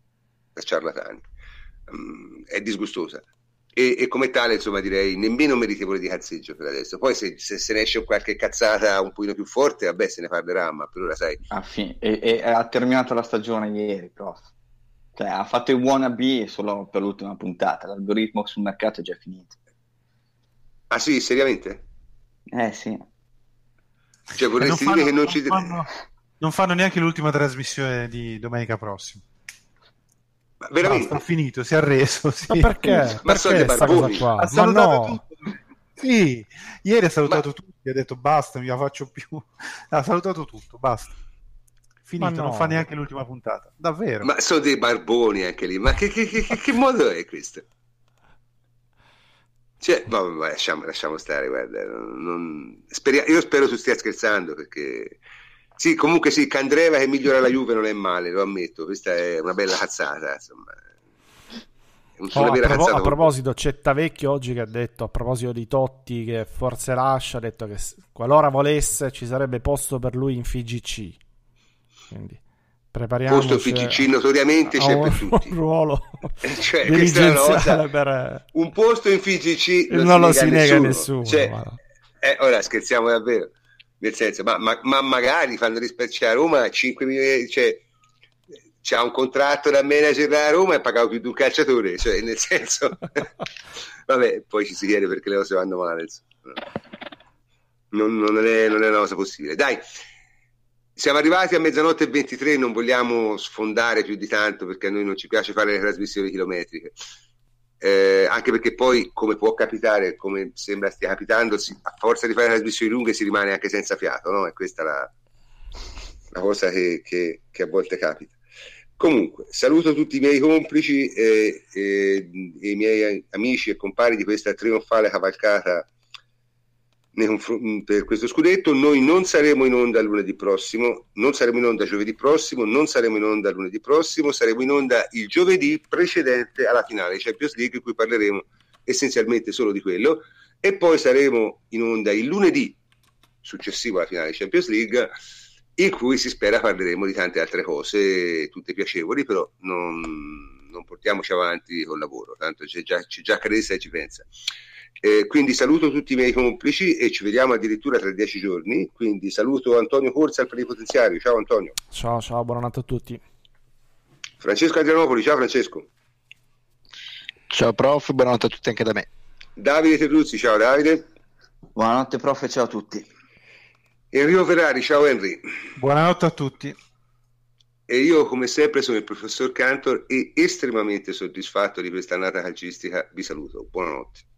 è disgustosa e come tale, insomma, direi nemmeno meritevole di cazzeggio per adesso. Poi se ne esce qualche cazzata un pochino più forte, vabbè, se ne parlerà, ma per ora sai.
E ha terminato la stagione ieri, prof. Cioè, ha fatto i wannabe solo per l'ultima puntata, l'algoritmo sul mercato è già finito.
Ah sì, seriamente?
Sì.
Cioè vorresti dire che
non fanno neanche l'ultima trasmissione di domenica prossima.
Ma veramente?
Basta, ha finito, si è arreso. Sì.
Ma perché?
Ma sono dei barboni.
Ha salutato tutti. Sì, ieri ha salutato tutti, ha detto basta, non la faccio più. Ha salutato tutto, basta. Finito, non fa neanche l'ultima puntata. Davvero.
Ma sono dei barboni anche lì. Ma che modo è questo? Cioè, vabbè, lasciamo stare, guarda. Io spero tu stia scherzando, perché sì, comunque sì, Candreva che migliora la Juve non è male, lo ammetto. Questa è una bella cazzata, insomma.
A proposito, c'è Tavecchio oggi che ha detto, a proposito di Totti che forse lascia, ha detto che qualora volesse ci sarebbe posto per lui in FIGC. Quindi prepariamoci
posto FCC notoriamente c'è per tutti.
Un ruolo
cioè, questa è una cosa,
per...
un posto in FCC
non lo si nega a nessuno.
Cioè, ora scherziamo davvero, nel senso, ma magari fanno risparmiare a Roma 5 milioni, cioè c'ha un contratto da manager a Roma e pagato più di un calciatore, cioè nel senso vabbè, poi ci si chiede perché le cose vanno male, non è una cosa possibile. Dai, siamo arrivati a 00:23, non vogliamo sfondare più di tanto perché a noi non ci piace fare le trasmissioni chilometriche, anche perché poi, come può capitare, come sembra stia capitando, a forza di fare trasmissioni lunghe si rimane anche senza fiato, no? E questa è la cosa che a volte capita. Comunque, saluto tutti i miei complici e i miei amici e compari di questa trionfale cavalcata per questo scudetto. Noi non saremo in onda lunedì prossimo, non saremo in onda giovedì prossimo, non saremo in onda lunedì prossimo, saremo in onda il giovedì precedente alla finale Champions League, in cui parleremo essenzialmente solo di quello, e poi saremo in onda il lunedì successivo alla finale Champions League, in cui si spera parleremo di tante altre cose, tutte piacevoli, però non portiamoci avanti col lavoro, tanto c'è già Caressa e ci pensa. Quindi saluto tutti i miei complici e ci vediamo addirittura tra 10 giorni. Quindi saluto Antonio Corsa, il plenipotenziario. Ciao Antonio.
Ciao, buonanotte a tutti.
Francesco Adrianopoli, ciao Francesco.
Ciao prof, buonanotte a tutti anche da me.
Davide Terruzzi, ciao Davide.
Buonanotte prof e ciao a tutti.
Enrico Ferrari, ciao Henry.
Buonanotte a tutti.
E io come sempre sono il professor Cantor e estremamente soddisfatto di questa annata calcistica. Vi saluto, buonanotte.